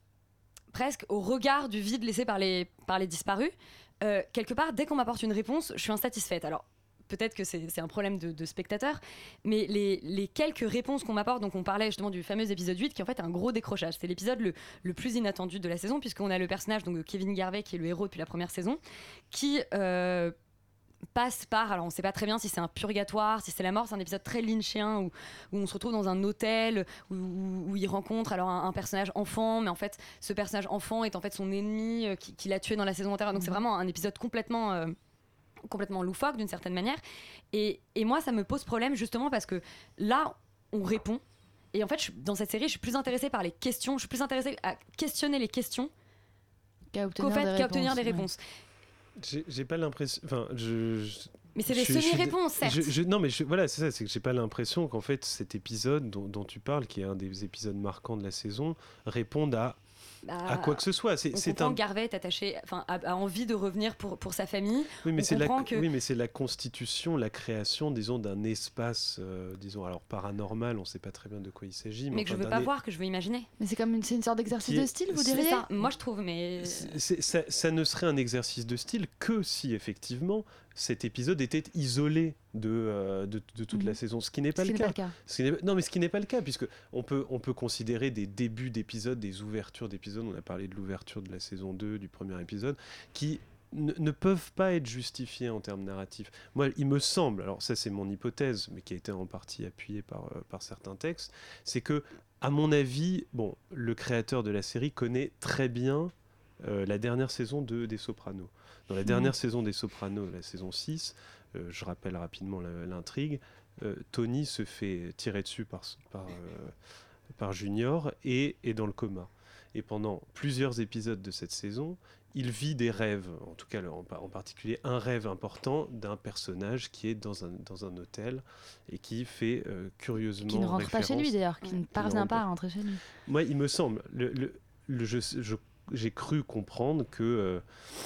presque au regard du vide laissé par les, par les disparus, euh, quelque part, dès qu'on m'apporte une réponse, je suis insatisfaite. Alors, peut-être que c'est, c'est un problème de, de spectateur, mais les, les quelques réponses qu'on m'apporte, donc on parlait justement du fameux épisode huit, qui en fait est un gros décrochage. C'est l'épisode le, le plus inattendu de la saison, puisqu'on a le personnage donc, de Kevin Garvey, qui est le héros depuis la première saison, qui... Euh, passe par, alors on sait pas très bien si c'est un purgatoire, si c'est la mort, c'est un épisode très lynchien où, où on se retrouve dans un hôtel où, où, où il rencontre alors un, un personnage enfant, mais en fait ce personnage enfant est en fait son ennemi euh, qui, qui l'a tué dans la saison antérieure, donc c'est vraiment un épisode complètement euh, complètement loufoque d'une certaine manière et, et moi ça me pose problème justement parce que là on répond et en fait je, dans cette série je suis plus intéressée par les questions, je suis plus intéressée à questionner les questions qu'à qu'au fait qu'à obtenir des réponses. J'ai, j'ai pas l'impression. Enfin, je. je mais c'est je des suis- je suis- semi-réponses, certes. je- je- non, mais je- voilà, c'est ça. C'est que j'ai pas l'impression qu'en fait cet épisode dont, dont tu parles, qui est un des épisodes marquants de la saison, réponde à bah, à quoi que ce soit. C'est, on c'est comprend un... que Garvey est attaché, enfin, a, a envie de revenir pour, pour sa famille. Oui mais, on c'est la, comprend que... oui, mais c'est la constitution, la création, disons, d'un espace, euh, disons, alors paranormal, on ne sait pas très bien de quoi il s'agit. Mais, mais que enfin, je veux pas é... voir, que je veux imaginer. Mais c'est comme une, c'est une sorte d'exercice est... de style, vous diriez ? C'est ça, moi je trouve, mais... C'est, c'est, ça, ça ne serait un exercice de style que si, effectivement, cet épisode était isolé de, euh, de, de toute mmh. la saison, ce qui n'est pas, ce le, qui cas. Pas le cas. Ce qui n'est, non, mais ce qui n'est pas le cas, puisque on peut, on peut considérer des débuts d'épisodes, des ouvertures d'épisodes, on a parlé de l'ouverture de la saison deux, du premier épisode, qui ne, ne peuvent pas être justifiés en termes narratifs. Moi, il me semble, alors ça c'est mon hypothèse, mais qui a été en partie appuyée par, euh, par certains textes, c'est que, à mon avis, bon, le créateur de la série connaît très bien euh, la dernière saison de, des Sopranos. Dans la dernière mmh. saison des Sopranos, la saison six, euh, je rappelle rapidement la, l'intrigue, euh, Tony se fait tirer dessus par, par, euh, par Junior et est dans le coma. Et pendant plusieurs épisodes de cette saison, il vit des rêves, en tout cas en, en particulier un rêve important d'un personnage qui est dans un, dans un hôtel et qui fait euh, curieusement qui ne rentre référence, pas chez lui d'ailleurs, qui ne parvient pas à rentrer chez lui. Moi, il me semble, le, le, le, je, je, j'ai cru comprendre que... Euh,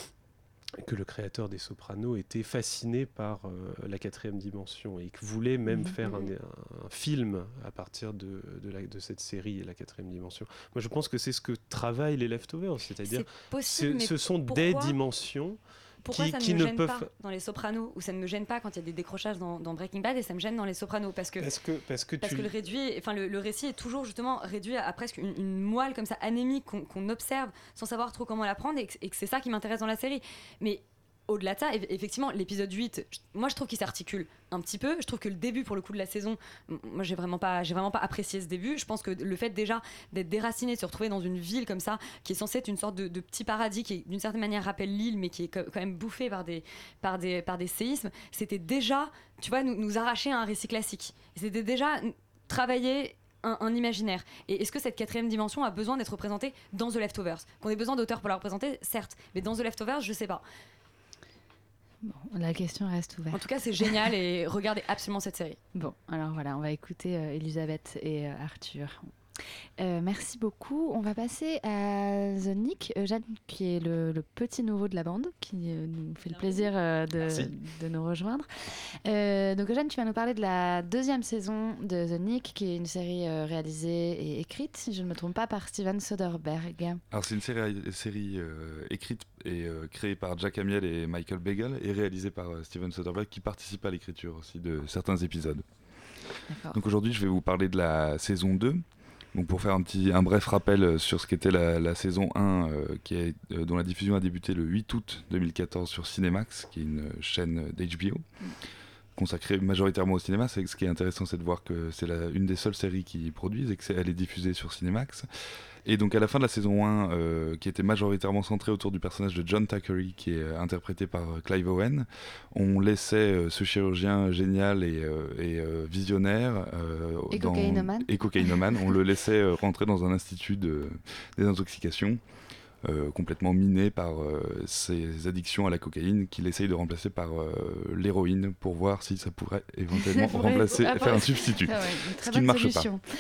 que le créateur des Sopranos était fasciné par euh, la quatrième dimension et que voulait même mmh. faire un, un, un film à partir de, de, la, de cette série et la quatrième dimension. Moi, je pense que c'est ce que travaillent les Leftovers, c'est-à-dire c'est possible, ce, ce sont pourquoi des dimensions Pourquoi qui, ça ne qui me ne gêne peuvent pas dans les Sopranos, ou ça ne me gêne pas quand il y a des décrochages dans, dans Breaking Bad, et ça me gêne dans les Sopranos parce que parce que parce que, parce tu... que le réduit, enfin le, le récit est toujours justement réduit à, à presque une, une moelle comme ça anémique qu'on, qu'on observe sans savoir trop comment la prendre, et que, et que c'est ça qui m'intéresse dans la série. Mais au-delà de ça, effectivement, l'épisode huit, moi je trouve qu'il s'articule un petit peu. Je trouve que le début, pour le coup de la saison, moi j'ai vraiment pas, j'ai vraiment pas apprécié ce début. Je pense que le fait déjà d'être déraciné, de se retrouver dans une ville comme ça, qui est censée être une sorte de, de petit paradis, qui d'une certaine manière rappelle l'île, mais qui est quand même bouffé par des, par des, par des séismes, c'était déjà, tu vois, nous, nous arracher à un récit classique. C'était déjà travailler Un, un imaginaire. Et est-ce que cette quatrième dimension a besoin d'être représentée dans The Leftovers ? Qu'on ait besoin d'auteurs pour la représenter, certes, mais dans The Leftovers, je sais pas. Bon, la question reste ouverte. En tout cas, c'est génial et regardez absolument cette série. Bon, alors voilà, on va écouter euh, Elisabeth et euh, Arthur. Euh, merci beaucoup. On va passer à The Nick, Eugène, qui est le, le petit nouveau de la bande, qui euh, nous fait le plaisir euh, de, de nous rejoindre. Euh, donc Eugène, tu vas nous parler de la deuxième saison de The Nick, qui est une série euh, réalisée et écrite, si je ne me trompe pas, par Steven Soderbergh. Alors c'est une série, série euh, écrite et euh, créée par Jack Amiel et Michael Bagel, et réalisée par euh, Steven Soderbergh, qui participe à l'écriture aussi de certains épisodes. D'accord. Donc aujourd'hui, je vais vous parler de la saison deux. Donc pour faire un, petit, un bref rappel sur ce qu'était la, la saison un, euh, qui est, euh, dont la diffusion a débuté le huit août deux mille quatorze sur Cinemax, qui est une chaîne d'H B O, mmh. consacrée majoritairement au cinéma. C'est, ce qui est intéressant, c'est de voir que c'est la, une des seules séries qu'ils produisent et qu'elle est diffusée sur Cinemax. Et donc à la fin de la saison un, euh, qui était majoritairement centrée autour du personnage de John Thackeray, qui est interprété par euh, Clive Owen, on laissait euh, ce chirurgien génial et, euh, et euh, visionnaire euh, et dans, cocaïnomane, et cocaïnomane on le laissait euh, rentrer dans un institut de désintoxication euh, complètement miné par euh, ses addictions à la cocaïne, qu'il essaye de remplacer par euh, l'héroïne pour voir si ça pourrait éventuellement remplacer, après... faire un substitut, ah ouais, ce qui ne marche solution. pas.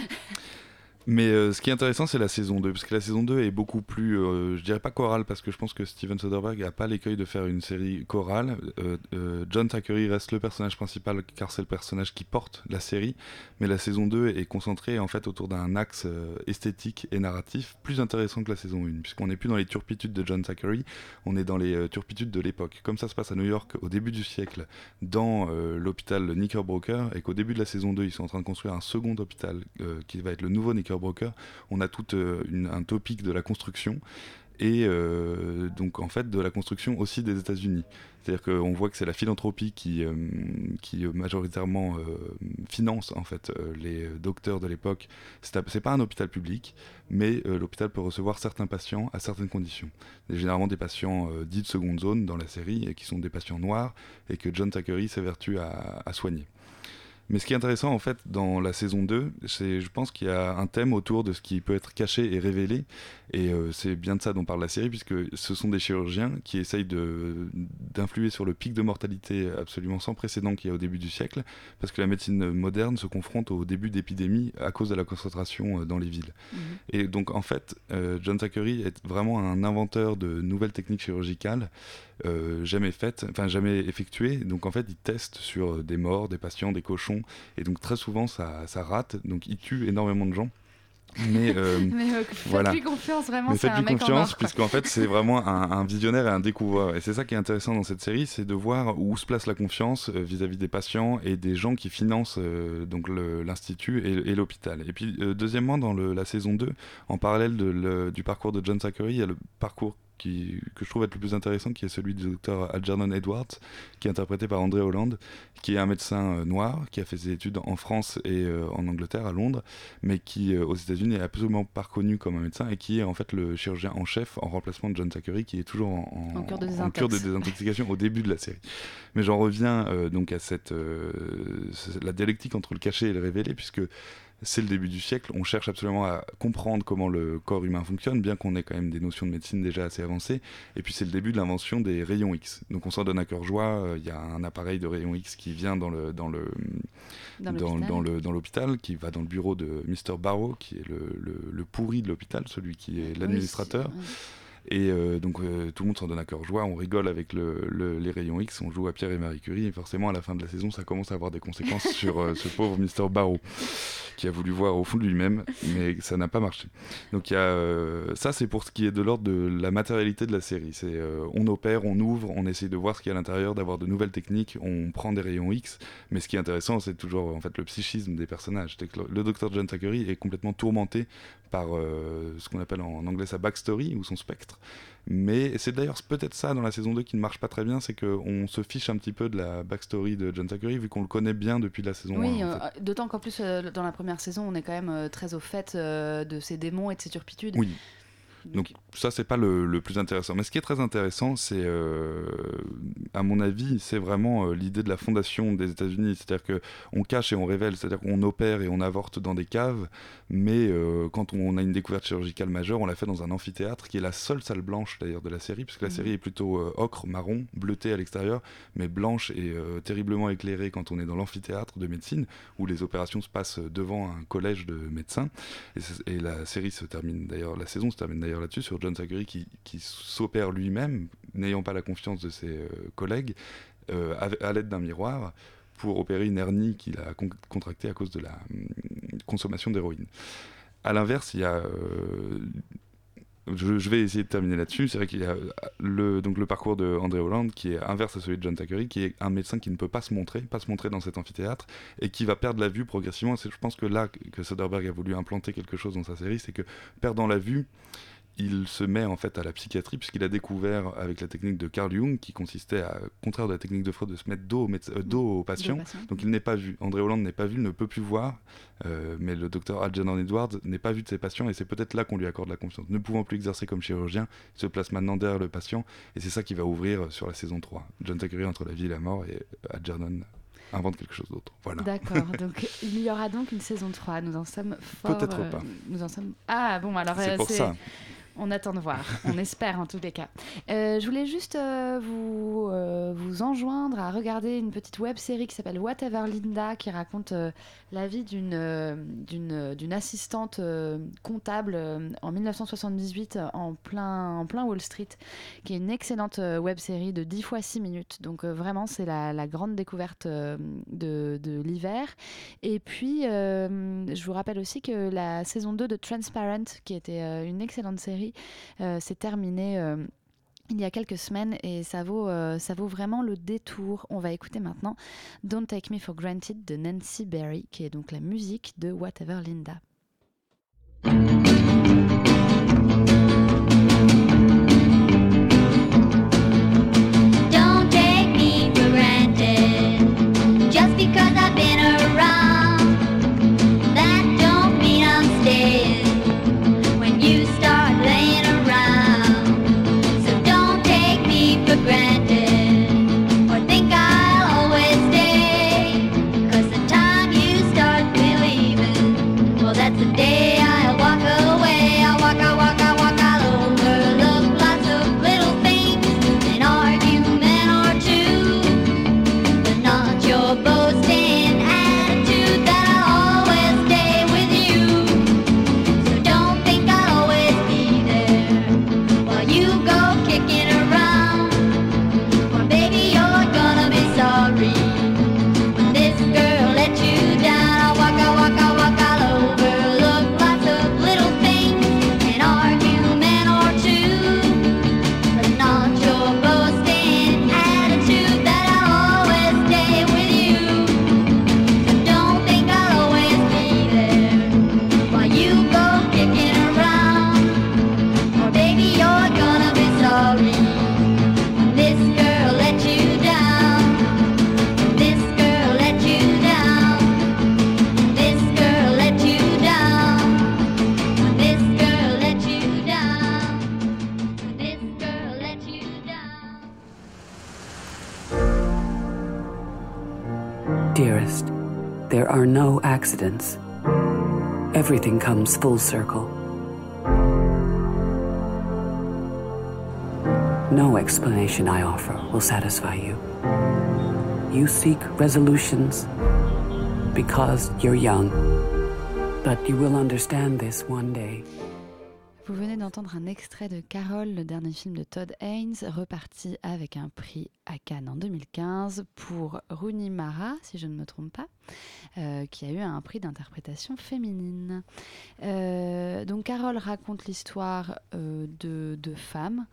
Mais euh, ce qui est intéressant, c'est la saison deux, parce que la saison deux est beaucoup plus, euh, je dirais pas chorale, parce que je pense que Steven Soderbergh n'a pas l'écueil de faire une série chorale. Euh, euh, John Thackeray reste le personnage principal, car c'est le personnage qui porte la série, mais la saison deux est concentrée en fait autour d'un axe euh, esthétique et narratif plus intéressant que la saison un, puisqu'on n'est plus dans les turpitudes de John Thackeray, on est dans les euh, turpitudes de l'époque. Comme ça se passe à New York au début du siècle, dans euh, l'hôpital Knickerbocker, et qu'au début de la saison deux, ils sont en train de construire un second hôpital euh, qui va être le nouveau Knickerbocker. On a tout euh, une, un topic de la construction et euh, donc en fait de la construction aussi des États-Unis. C'est-à-dire qu'on voit que c'est la philanthropie qui, euh, qui majoritairement euh, finance en fait euh, les docteurs de l'époque. C'est, c'est pas un hôpital public, mais euh, l'hôpital peut recevoir certains patients à certaines conditions. Et généralement des patients euh, dits de seconde zone dans la série, et qui sont des patients noirs et que John Thackeray s'évertue à, à soigner. Mais ce qui est intéressant en fait dans la saison deux, c'est je pense qu'il y a un thème autour de ce qui peut être caché et révélé, et euh, c'est bien de ça dont parle la série, puisque ce sont des chirurgiens qui essayent de, d'influer sur le pic de mortalité absolument sans précédent qu'il y a au début du siècle, parce que la médecine moderne se confronte au début d'épidémies à cause de la concentration dans les villes. Mmh. Et donc en fait, euh, John Thackeray est vraiment un inventeur de nouvelles techniques chirurgicales euh, jamais faites, enfin jamais effectuées. Donc en fait, il teste sur des morts, des patients, des cochons, et donc très souvent ça, ça rate, donc il tue énormément de gens. Mais, euh, mais euh, faites-lui voilà. confiance, vraiment, mais c'est un mec confiance, en or. Puisqu'en fait, c'est vraiment un, un visionnaire et un découvreur. Et c'est ça qui est intéressant dans cette série, c'est de voir où se place la confiance euh, vis-à-vis des patients et des gens qui financent euh, donc le, l'institut et, et l'hôpital. Et puis, euh, deuxièmement, dans le, la saison deux, en parallèle de, le, du parcours de John Thackeray, il y a le parcours Qui, que je trouve être le plus intéressant, qui est celui du docteur Algernon Edwards, qui est interprété par André Holland, qui est un médecin euh, noir, qui a fait ses études en France et euh, en Angleterre, à Londres, mais qui, euh, aux États-Unis, est absolument pas reconnu comme un médecin, et qui est en fait le chirurgien en chef en remplacement de John Thackeray, qui est toujours en, en, en, cure, de en cure de désintoxication au début de la série. Mais j'en reviens euh, donc à cette, euh, la dialectique entre le caché et le révélé, puisque c'est le début du siècle, on cherche absolument à comprendre comment le corps humain fonctionne, bien qu'on ait quand même des notions de médecine déjà assez avancées. Et puis c'est le début de l'invention des rayons X. Donc on s'en donne à cœur joie, il euh, y a un appareil de rayons X qui vient dans, le, dans, le, dans, dans, dans, le, dans l'hôpital, qui va dans le bureau de mister Barrow, qui est le, le, le pourri de l'hôpital, celui qui est l'administrateur. Oui, et euh, donc euh, tout le monde s'en donne à cœur joie, on rigole avec le, le, les rayons X, on joue à Pierre et Marie Curie, et forcément à la fin de la saison ça commence à avoir des conséquences sur euh, ce pauvre mister Barrow qui a voulu voir au fond de lui-même, mais ça n'a pas marché. Donc y a, euh, ça c'est pour ce qui est de l'ordre de la matérialité de la série, c'est euh, on opère, on ouvre, on essaye de voir ce qu'il y a à l'intérieur, d'avoir de nouvelles techniques, on prend des rayons X, mais ce qui est intéressant c'est toujours en fait le psychisme des personnages. C'est que le, le docteur John Thackeray est complètement tourmenté par euh, ce qu'on appelle en anglais sa backstory ou son spectre. Mais c'est d'ailleurs peut-être ça dans la saison deux qui ne marche pas très bien, c'est qu'on se fiche un petit peu de la backstory de John Thackeray vu qu'on le connaît bien depuis la saison oui, un. Oui, euh, d'autant qu'en plus euh, dans la première saison on est quand même euh, très au fait euh, de ses démons et de ses turpitudes. Oui. Donc ça c'est pas le, le plus intéressant, mais ce qui est très intéressant c'est euh, à mon avis c'est vraiment euh, l'idée de la fondation des États-Unis, c'est-à-dire que on cache et on révèle, c'est-à-dire qu'on opère et on avorte dans des caves, mais euh, quand on a une découverte chirurgicale majeure on la fait dans un amphithéâtre qui est la seule salle blanche d'ailleurs de la série, puisque la mmh. série est plutôt euh, ocre, marron, bleutée à l'extérieur, mais blanche et euh, terriblement éclairée quand on est dans l'amphithéâtre de médecine où les opérations se passent devant un collège de médecins, et, et la série se termine d'ailleurs, la saison se termine d'ailleurs là-dessus sur John Thackeray qui, qui s'opère lui-même, n'ayant pas la confiance de ses euh, collègues, euh, à, à l'aide d'un miroir pour opérer une hernie qu'il a con- contractée à cause de la euh, consommation d'héroïne. À l'inverse, il y a... Euh, je, je vais essayer de terminer là-dessus. C'est vrai qu'il y a le, donc le parcours de André Holland qui est inverse à celui de John Thackeray, qui est un médecin qui ne peut pas se montrer, pas se montrer dans cet amphithéâtre, et qui va perdre la vue progressivement. C'est, je pense que là que Soderbergh a voulu implanter quelque chose dans sa série, c'est que perdant la vue, il se met en fait à la psychiatrie, puisqu'il a découvert avec la technique de Carl Jung, qui consistait à, contraire de la technique de Freud, de se mettre dos au, méde- euh, dos au patient. Patient. Donc il n'est pas vu. André Holland n'est pas vu, ne peut plus voir, euh, mais le docteur Algernon Edwards n'est pas vu de ses patients, et c'est peut-être là qu'on lui accorde la confiance. Ne pouvant plus exercer comme chirurgien, il se place maintenant derrière le patient, et c'est ça qui va ouvrir sur la saison trois. John Thackeray entre la vie et la mort, et Algernon invente quelque chose d'autre. Voilà. D'accord, donc il y aura donc une saison trois, nous en sommes fort... Peut-être euh, pas. Nous en sommes... Ah bon, alors... C'est euh, pour c'est... ça. On attend de voir, on espère en tous les cas. Euh, je voulais juste euh, vous, euh, vous enjoindre à regarder une petite web-série qui s'appelle Whatever Linda, qui raconte euh, la vie d'une, euh, d'une, d'une assistante euh, comptable euh, en dix-neuf cent soixante-dix-huit en plein, en plein Wall Street, qui est une excellente euh, web-série de dix fois six minutes. Donc euh, vraiment, c'est la, la grande découverte euh, de, de l'hiver. Et puis, euh, je vous rappelle aussi que la saison deux de Transparent, qui était euh, une excellente série, Euh, c'est terminé euh, il y a quelques semaines et ça vaut, euh, ça vaut vraiment le détour. On va écouter maintenant Don't Take Me For Granted de Nancy Berry, qui est donc la musique de Whatever Linda. Don't take me for granted just because I've been around. That don't mean I'm staying when you start laying around. So don't take me for granted or think I'll always stay, 'cause the time dearest, there are no accidents. Everything comes full circle. No explanation I offer will satisfy you. You seek resolutions because you're young, but you will understand this one day. Vous venez d'entendre un extrait de Carol, le dernier film de Todd Haynes, reparti avec un prix à Cannes en deux mille quinze pour Rooney Mara, si je ne me trompe pas, euh, qui a eu un prix d'interprétation féminine. Euh, donc Carol raconte l'histoire euh, de deux femmes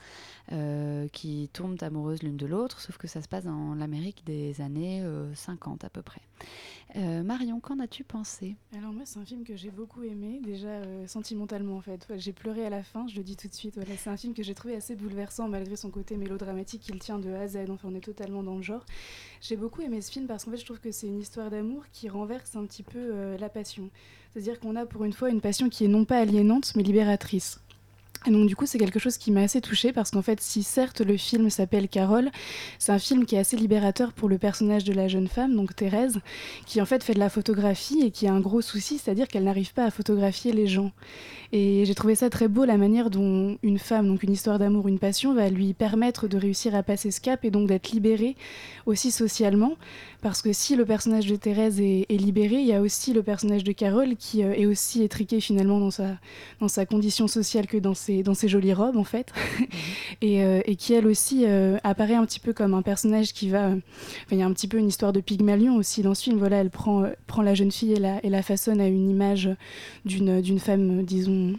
euh, qui tombent amoureuses l'une de l'autre, sauf que ça se passe dans l'Amérique des années euh, cinquante à peu près. Euh, Marion, qu'en as-tu pensé ? Alors moi, c'est un film que j'ai beaucoup aimé, déjà euh, sentimentalement en fait. Ouais, j'ai pleuré à la fin, je le dis tout de suite. Voilà, c'est un film que j'ai trouvé assez bouleversant malgré son côté mélodramatique qu'il tient de A à Z. Enfin, on est totalement dans le genre. J'ai beaucoup aimé ce film parce qu'en fait, je trouve que c'est une histoire d'amour qui renverse un petit peu euh, la passion. C'est-à-dire qu'on a pour une fois une passion qui est non pas aliénante, mais libératrice. Et donc du coup c'est quelque chose qui m'a assez touchée parce qu'en fait si certes le film s'appelle Carol, c'est un film qui est assez libérateur pour le personnage de la jeune femme, donc Thérèse, qui en fait fait de la photographie et qui a un gros souci, c'est-à-dire qu'elle n'arrive pas à photographier les gens. Et j'ai trouvé ça très beau la manière dont une femme, donc une histoire d'amour, une passion, va lui permettre de réussir à passer ce cap et donc d'être libérée aussi socialement. Parce que si le personnage de Thérèse est, est libéré, il y a aussi le personnage de Carole qui euh, est aussi étriqué finalement dans sa, dans sa condition sociale que dans ses, dans ses jolies robes en fait. Mmh. et, euh, et qui elle aussi euh, apparaît un petit peu comme un personnage qui va... Enfin, il y a un petit peu une histoire de Pygmalion aussi dans ce film. Voilà, elle prend, euh, prend la jeune fille et la, et la façonne à une image d'une, d'une femme, disons,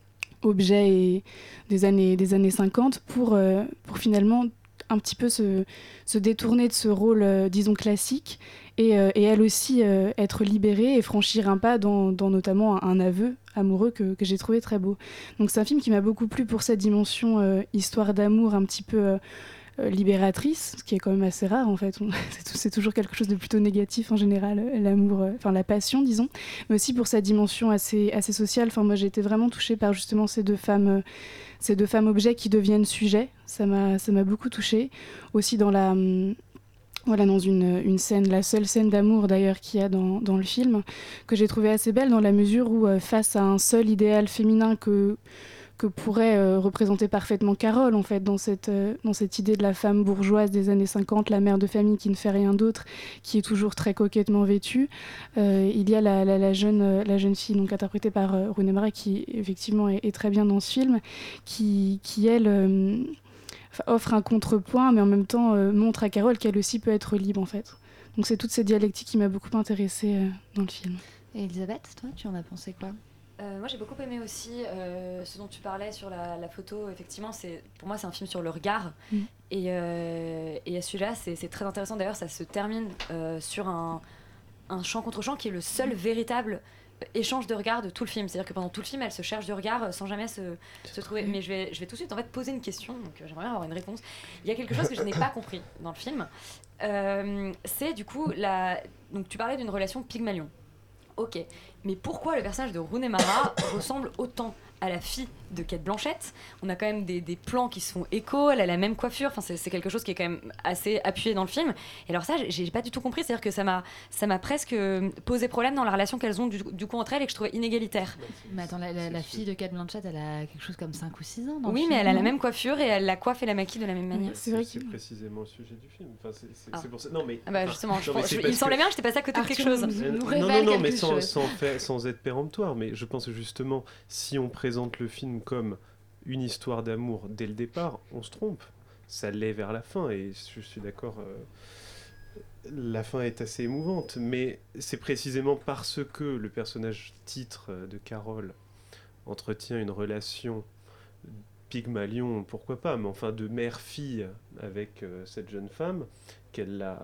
objet et des, années, des années cinquante pour, euh, pour finalement... un petit peu se, se détourner de ce rôle, euh, disons, classique, et, euh, et elle aussi euh, être libérée et franchir un pas dans, dans notamment un, un aveu amoureux que, que j'ai trouvé très beau. Donc c'est un film qui m'a beaucoup plu pour cette dimension euh, histoire d'amour un petit peu euh, euh, libératrice, ce qui est quand même assez rare en fait. c'est, tout, c'est toujours quelque chose de plutôt négatif en général, euh, l'amour, enfin euh, la passion disons, mais aussi pour sa dimension assez, assez sociale. Enfin moi j'ai été vraiment touchée par justement ces deux femmes... Euh, ces deux femmes objets qui deviennent sujets, ça m'a, ça m'a beaucoup touchée. Aussi dans la, voilà, dans une, une scène, la seule scène d'amour d'ailleurs qu'il y a dans, dans le film, que j'ai trouvée assez belle dans la mesure où euh, face à un seul idéal féminin que, que pourrait euh, représenter parfaitement Carole en fait, dans cette, euh, dans cette idée de la femme bourgeoise des années cinquante, la mère de famille qui ne fait rien d'autre, qui est toujours très coquettement vêtue. Euh, il y a la, la, la, jeune, euh, la jeune fille donc, interprétée par euh, Rooney Mara qui effectivement est, est très bien dans ce film, qui, qui elle euh, offre un contrepoint mais en même temps euh, montre à Carole qu'elle aussi peut être libre en fait. Donc c'est toute cette dialectique qui m'a beaucoup intéressée euh, dans le film. Et Elisabeth, toi tu en as pensé quoi ? Euh, moi j'ai beaucoup aimé aussi euh, ce dont tu parlais sur la, la photo. Effectivement, c'est, pour moi c'est un film sur le regard. Mm. Et, euh, et à celui-là c'est, c'est très intéressant. D'ailleurs ça se termine euh, sur un, un champ contre champ qui est le seul mm. véritable échange de regard de tout le film. C'est-à-dire que pendant tout le film elle se cherche du regard sans jamais se, se trouver. Mais je vais, je vais tout de suite en fait poser une question, donc j'aimerais bien avoir une réponse. Il y a quelque chose que je n'ai pas compris dans le film. Euh, c'est du coup la... donc tu parlais d'une relation Pygmalion. Ok, mais pourquoi le personnage de Rooney Mara ressemble autant à la fille de Cate Blanchett? On a quand même des, des plans qui se font écho, elle a la même coiffure, enfin, c'est, c'est quelque chose qui est quand même assez appuyé dans le film. Et alors ça, j'ai, j'ai pas du tout compris, c'est-à-dire que ça m'a, ça m'a presque posé problème dans la relation qu'elles ont du, du coup entre elles et que je trouvais inégalitaire. Mais attends, la, la, la fille de Cate Blanchett, elle a quelque chose comme cinq ou six ans dans oui, le film. Oui, mais elle a la même coiffure et elle la coiffe et la maquille de la même manière. C'est, vrai que c'est précisément le sujet du film. Enfin, c'est, c'est, ah. c'est pour ça. Non, mais, ah bah justement, non, je, mais je, il me semblait bien que j'étais passée à côté de quelque chose. Nous non, non, non, mais sans, sans, faire, sans être péremptoire, mais je pense que justement, si on présente le film comme une histoire d'amour dès le départ, on se trompe. Ça l'est vers la fin, et je suis d'accord, euh, la fin est assez émouvante, mais c'est précisément parce que le personnage titre de Carole entretient une relation Pygmalion, pourquoi pas, mais enfin de mère-fille avec euh, cette jeune femme, qu'elle la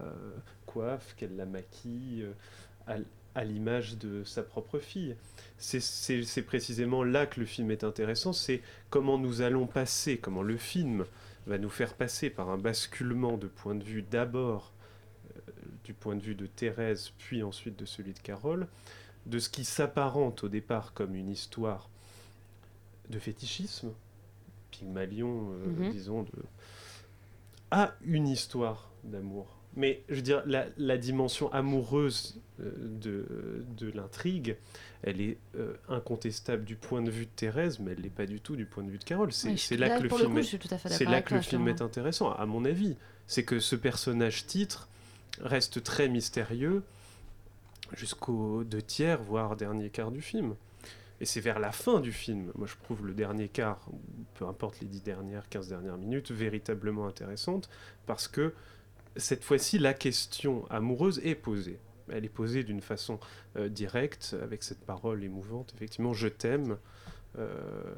coiffe, qu'elle la maquille, euh, à, à l'image de sa propre fille. C'est, c'est, c'est précisément là que le film est intéressant, c'est comment nous allons passer, comment le film va nous faire passer par un basculement de point de vue d'abord euh, du point de vue de Thérèse, puis ensuite de celui de Carole, de ce qui s'apparente au départ comme une histoire de fétichisme, Pygmalion, euh, mm-hmm. disons, de... à une histoire d'amour. Mais je veux dire, la, la dimension amoureuse euh, de, de l'intrigue, elle est euh, incontestable du point de vue de Thérèse, mais elle l'est pas du tout du point de vue de Carole. C'est, Oui, c'est là, là que le pour film, le coup, est, je suis tout à fait c'est d'accord là avec que le toi, film je est te- intéressant, à mon avis. C'est que ce personnage titre reste très mystérieux jusqu'aux deux tiers, voire dernier quart du film. Et c'est vers la fin du film, moi je trouve le dernier quart, ou peu importe les dix dernières, quinze dernières minutes, véritablement intéressante, parce que cette fois-ci, la question amoureuse est posée. Elle est posée d'une façon euh, directe, avec cette parole émouvante, effectivement, je t'aime, euh,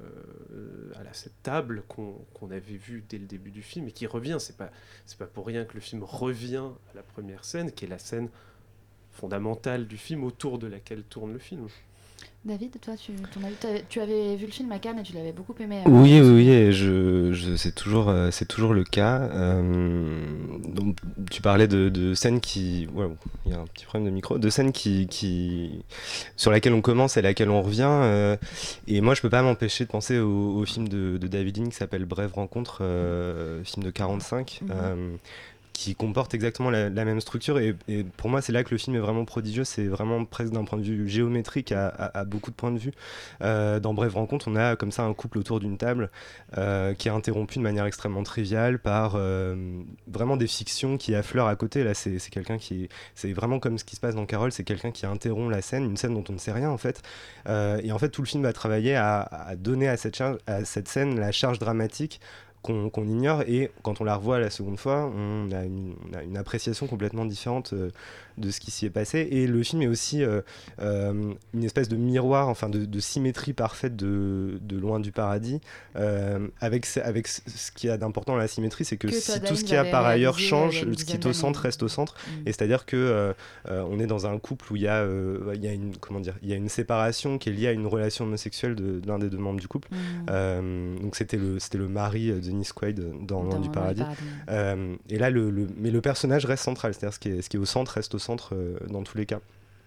à la, cette table qu'on, qu'on avait vue dès le début du film, et qui revient, c'est pas, c'est pas pour rien que le film revient à la première scène, qui est la scène fondamentale du film, autour de laquelle tourne le film. David, toi, tu, ton avis, t'avais- tu avais vu le film à Cannes et tu l'avais beaucoup aimé. euh, Oui, je me oui, oui, souviens. et je, je, c'est toujours, euh, c'est toujours le cas. Euh, donc, tu parlais de, de scènes qui, ouais, il y a un petit problème de micro, de scènes qui, qui, sur laquelle on commence et à laquelle on revient. euh, et moi, je peux pas m'empêcher de penser au, au film de, de David Lean qui s'appelle Brève rencontre, euh, film de quarante-cinq. Mhm. euh, qui comporte exactement la, la même structure et, et pour moi c'est là que le film est vraiment prodigieux, c'est vraiment presque d'un point de vue géométrique à, à, à beaucoup de points de vue. Euh, dans Brève rencontre on a comme ça un couple autour d'une table euh, qui est interrompu de manière extrêmement triviale par euh, vraiment des fictions qui affleurent à côté. Là c'est, c'est quelqu'un qui, c'est vraiment comme ce qui se passe dans Carole, c'est quelqu'un qui interrompt la scène, une scène dont on ne sait rien en fait, euh, et en fait tout le film va travailler à, à donner à cette, charge, à cette scène la charge dramatique qu'on, qu'on ignore, et quand on la revoit la seconde fois, on a une, on a une appréciation complètement différente euh, de ce qui s'y est passé. Et le film est aussi euh, euh, une espèce de miroir, enfin de, de symétrie parfaite de, de Loin du paradis, euh, avec, ce- avec ce ce qui a d'important dans la symétrie, c'est que, Que si Todd tout ce Haynes qui a avait par ailleurs réalisé, euh, il y a change, une ce qui est dizaine au centre d'années. reste au centre. Mm. Et c'est-à-dire que euh, euh, on est dans un couple où il y a, euh, il y a une, comment dire, il y a une séparation qui est liée à une relation homosexuelle de, de l'un des deux membres du couple. Mm. Euh, donc c'était le, c'était le mari euh, Dennis Quaid dans Loin Dans du Loin paradis. du paradis. Euh, et là, le, le- mais le personnage reste central, c'est-à-dire ce qui est, ce qui est au centre reste au centre euh, dans tous les cas.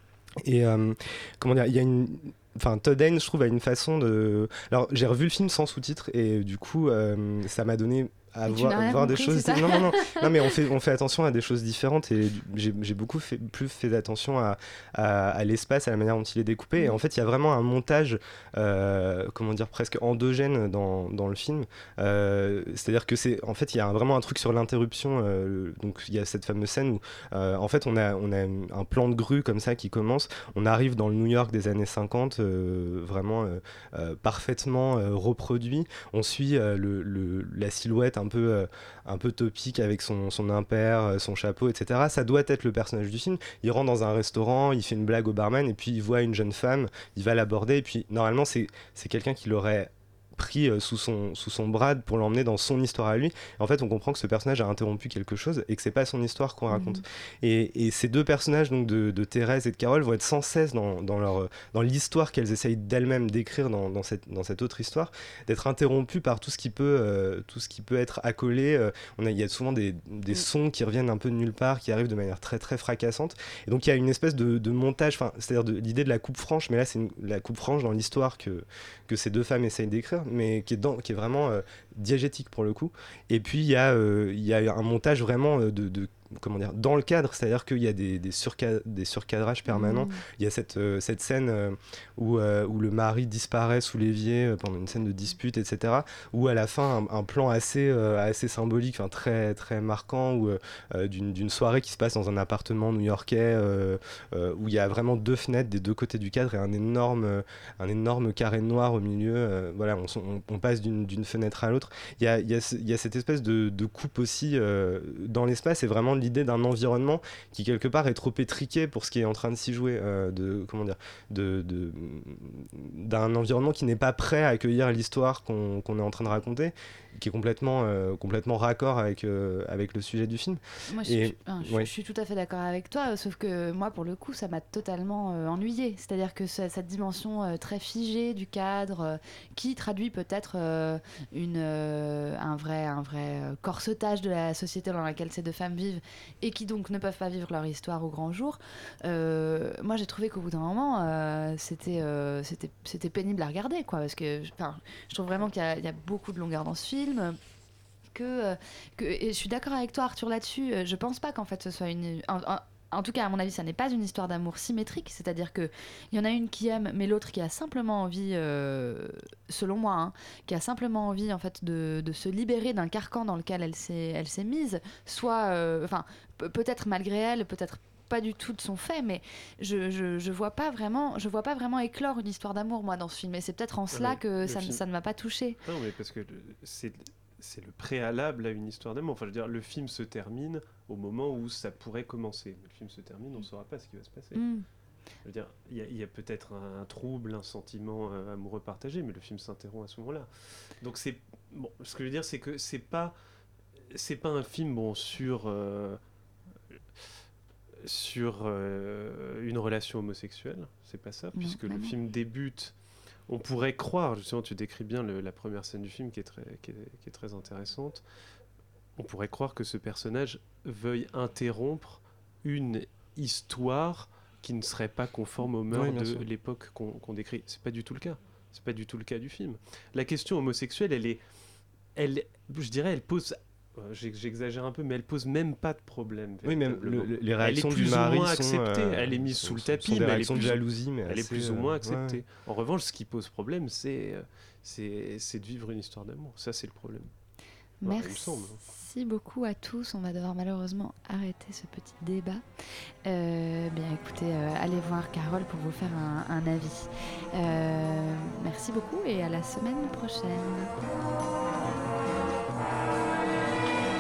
Et euh, comment dire, il y a une. Enfin, Todd Haynes, je trouve, a une façon de. Alors, j'ai revu le film sans sous-titres et du coup, euh, ça m'a donné à Et tu voir, n'as rien voir des compris, choses. c'est ça Non, non, non, non, mais on fait, on fait attention à des choses différentes et j'ai, j'ai beaucoup fait, plus fait attention à, à, à l'espace, à la manière dont il est découpé. Et en fait, il y a vraiment un montage, euh, comment dire, presque endogène dans, dans le film. Euh, c'est-à-dire que c'est, en fait, il y a un- vraiment un truc sur l'interruption. euh, donc, il y a cette fameuse scène où, euh, en fait, on a, on a une- un plan de grue comme ça qui commence. On arrive dans le New York des années cinquante, euh, vraiment euh, euh, parfaitement euh, reproduit. On suit euh, le, le- la silhouette un peu, euh, un peu topique avec son, son impair, euh, son chapeau, et cetera. Ça doit être le personnage du film. Il rentre dans un restaurant, il fait une blague au barman et puis il voit une jeune femme, il va l'aborder et puis normalement c'est, c'est quelqu'un qui l'aurait pris euh, sous son, sous son bras pour l'emmener dans son histoire à lui. En fait, on comprend que ce personnage a interrompu quelque chose et que c'est pas son histoire qu'on raconte. Mhm. Et, et ces deux personnages, donc de, de Thérèse et de Carole, vont être sans cesse dans, dans, leur, dans l'histoire qu'elles essayent d'elles-mêmes d'écrire dans, dans, cette, dans cette autre histoire, d'être interrompues par tout ce qui peut, euh, tout ce qui peut être accolé. Euh, on a, il y a souvent des, des sons qui reviennent un peu de nulle part, qui arrivent de manière très très fracassante. Et donc il y a une espèce de, de montage, enfin, c'est-à-dire de, l'idée de la coupe franche, mais là c'est une- la coupe franche dans l'histoire que, que ces deux femmes essayent d'écrire, mais qui est, dans, qui est vraiment euh, diégétique pour le coup. Et puis il y, a, euh, il y a un montage vraiment euh, de, de comment dire, dans le cadre, c'est-à-dire qu'il y a des, des, surca- des surcadrages permanents. Mmh. Il y a cette, euh, cette scène euh, où, euh, où le mari disparaît sous l'évier euh, pendant une scène de dispute, et cetera. Où à la fin, un, un plan assez, euh, assez symbolique, enfin, très, très marquant, où, euh, d'une, d'une soirée qui se passe dans un appartement new-yorkais, euh, euh, où il y a vraiment deux fenêtres des deux côtés du cadre et un énorme, euh, un énorme carré noir au milieu. Euh, voilà, on, on, on passe d'une, d'une fenêtre à l'autre. Il y a, il y a, ce- il y a cette espèce de, de coupe aussi euh, dans l'espace et vraiment l'idée d'un environnement qui quelque part est trop étriqué pour ce qui est en train de s'y jouer, euh, de comment dire, de, de d'un environnement qui n'est pas prêt à accueillir l'histoire qu'on, qu'on est en train de raconter, qui est complètement euh, complètement raccord avec euh, avec le sujet du film. Moi, je, Et- suis- hein, je- ouais. je suis tout à fait d'accord avec toi, sauf que moi, pour le coup, ça m'a totalement euh, ennuyée. C'est-à-dire que ce- cette dimension euh, très figée du cadre, euh, qui traduit peut-être euh, une, euh, un vrai, un vrai euh, corsetage de la société dans laquelle ces deux femmes vivent, et qui donc ne peuvent pas vivre leur histoire au grand jour. Euh, moi, j'ai trouvé qu'au bout d'un moment, euh, c'était, euh, c'était, c'était pénible à regarder, quoi, parce que, enfin, je trouve vraiment qu'il y a, il y a beaucoup de longueur dans ce film. que, que et je suis d'accord avec toi Arthur là-dessus. Je pense pas qu'en fait ce soit une un, un, en tout cas, à mon avis, ça n'est pas une histoire d'amour symétrique, c'est-à-dire qu'il y en a une qui aime, mais l'autre qui a simplement envie, euh, selon moi, hein, qui a simplement envie en fait, de, de se libérer d'un carcan dans lequel elle s'est, elle s'est mise, soit, euh, enfin, pe- peut-être malgré elle, peut-être pas du tout de son fait, mais je, je, je vois pas vraiment, je vois pas vraiment éclore une histoire d'amour, moi, dans ce film, et c'est peut-être en cela Ouais, que ça, film... ça ne m'a pas touchée. Non, mais parce que le- c'est... c'est le préalable à une histoire d'amour. Enfin, je veux dire, le film se termine au moment où ça pourrait commencer. Le film se termine, on ne saura pas ce qui va se passer. Mm. Je veux dire, il y a, il y a peut-être un, un trouble, un sentiment euh, amoureux partagé, mais le film s'interrompt à ce moment-là. Donc c'est bon. Ce que je veux dire, c'est que c'est pas c'est pas un film bon sur euh, sur euh, une relation homosexuelle. C'est pas ça, Non, puisque bah le non. film débute. On pourrait croire, justement, tu décris bien le- la première scène du film qui est, très, qui, est, qui est très intéressante. On pourrait croire que ce personnage veuille interrompre une histoire qui ne serait pas conforme aux mœurs Oui, bien de sûr. l'époque qu'on qu'on décrit. C'est pas du tout le cas. C'est pas du tout le cas du film. La question homosexuelle, elle est, elle, je dirais, elle pose. euh, j'ex- J'exagère un peu, mais elle pose même pas de problème. Oui, même véritablement. le- le- les réactions elle est du plus mari ou moins sont, acceptée. euh, elle est mise sont- sous le sont tapis, des mais elle est réactions de plus, jalousie, mais elle est assez, plus ou euh, moins ouais. acceptée. En revanche, ce qui pose problème, c'est c'est c'est de vivre une histoire d'amour. Ça, c'est le problème. Voilà, il me semble. Merci beaucoup à tous. On va devoir malheureusement arrêter ce petit débat. Euh, bien écoutez, euh, allez voir Carole pour vous faire un, un avis. Euh, merci beaucoup et à la semaine prochaine.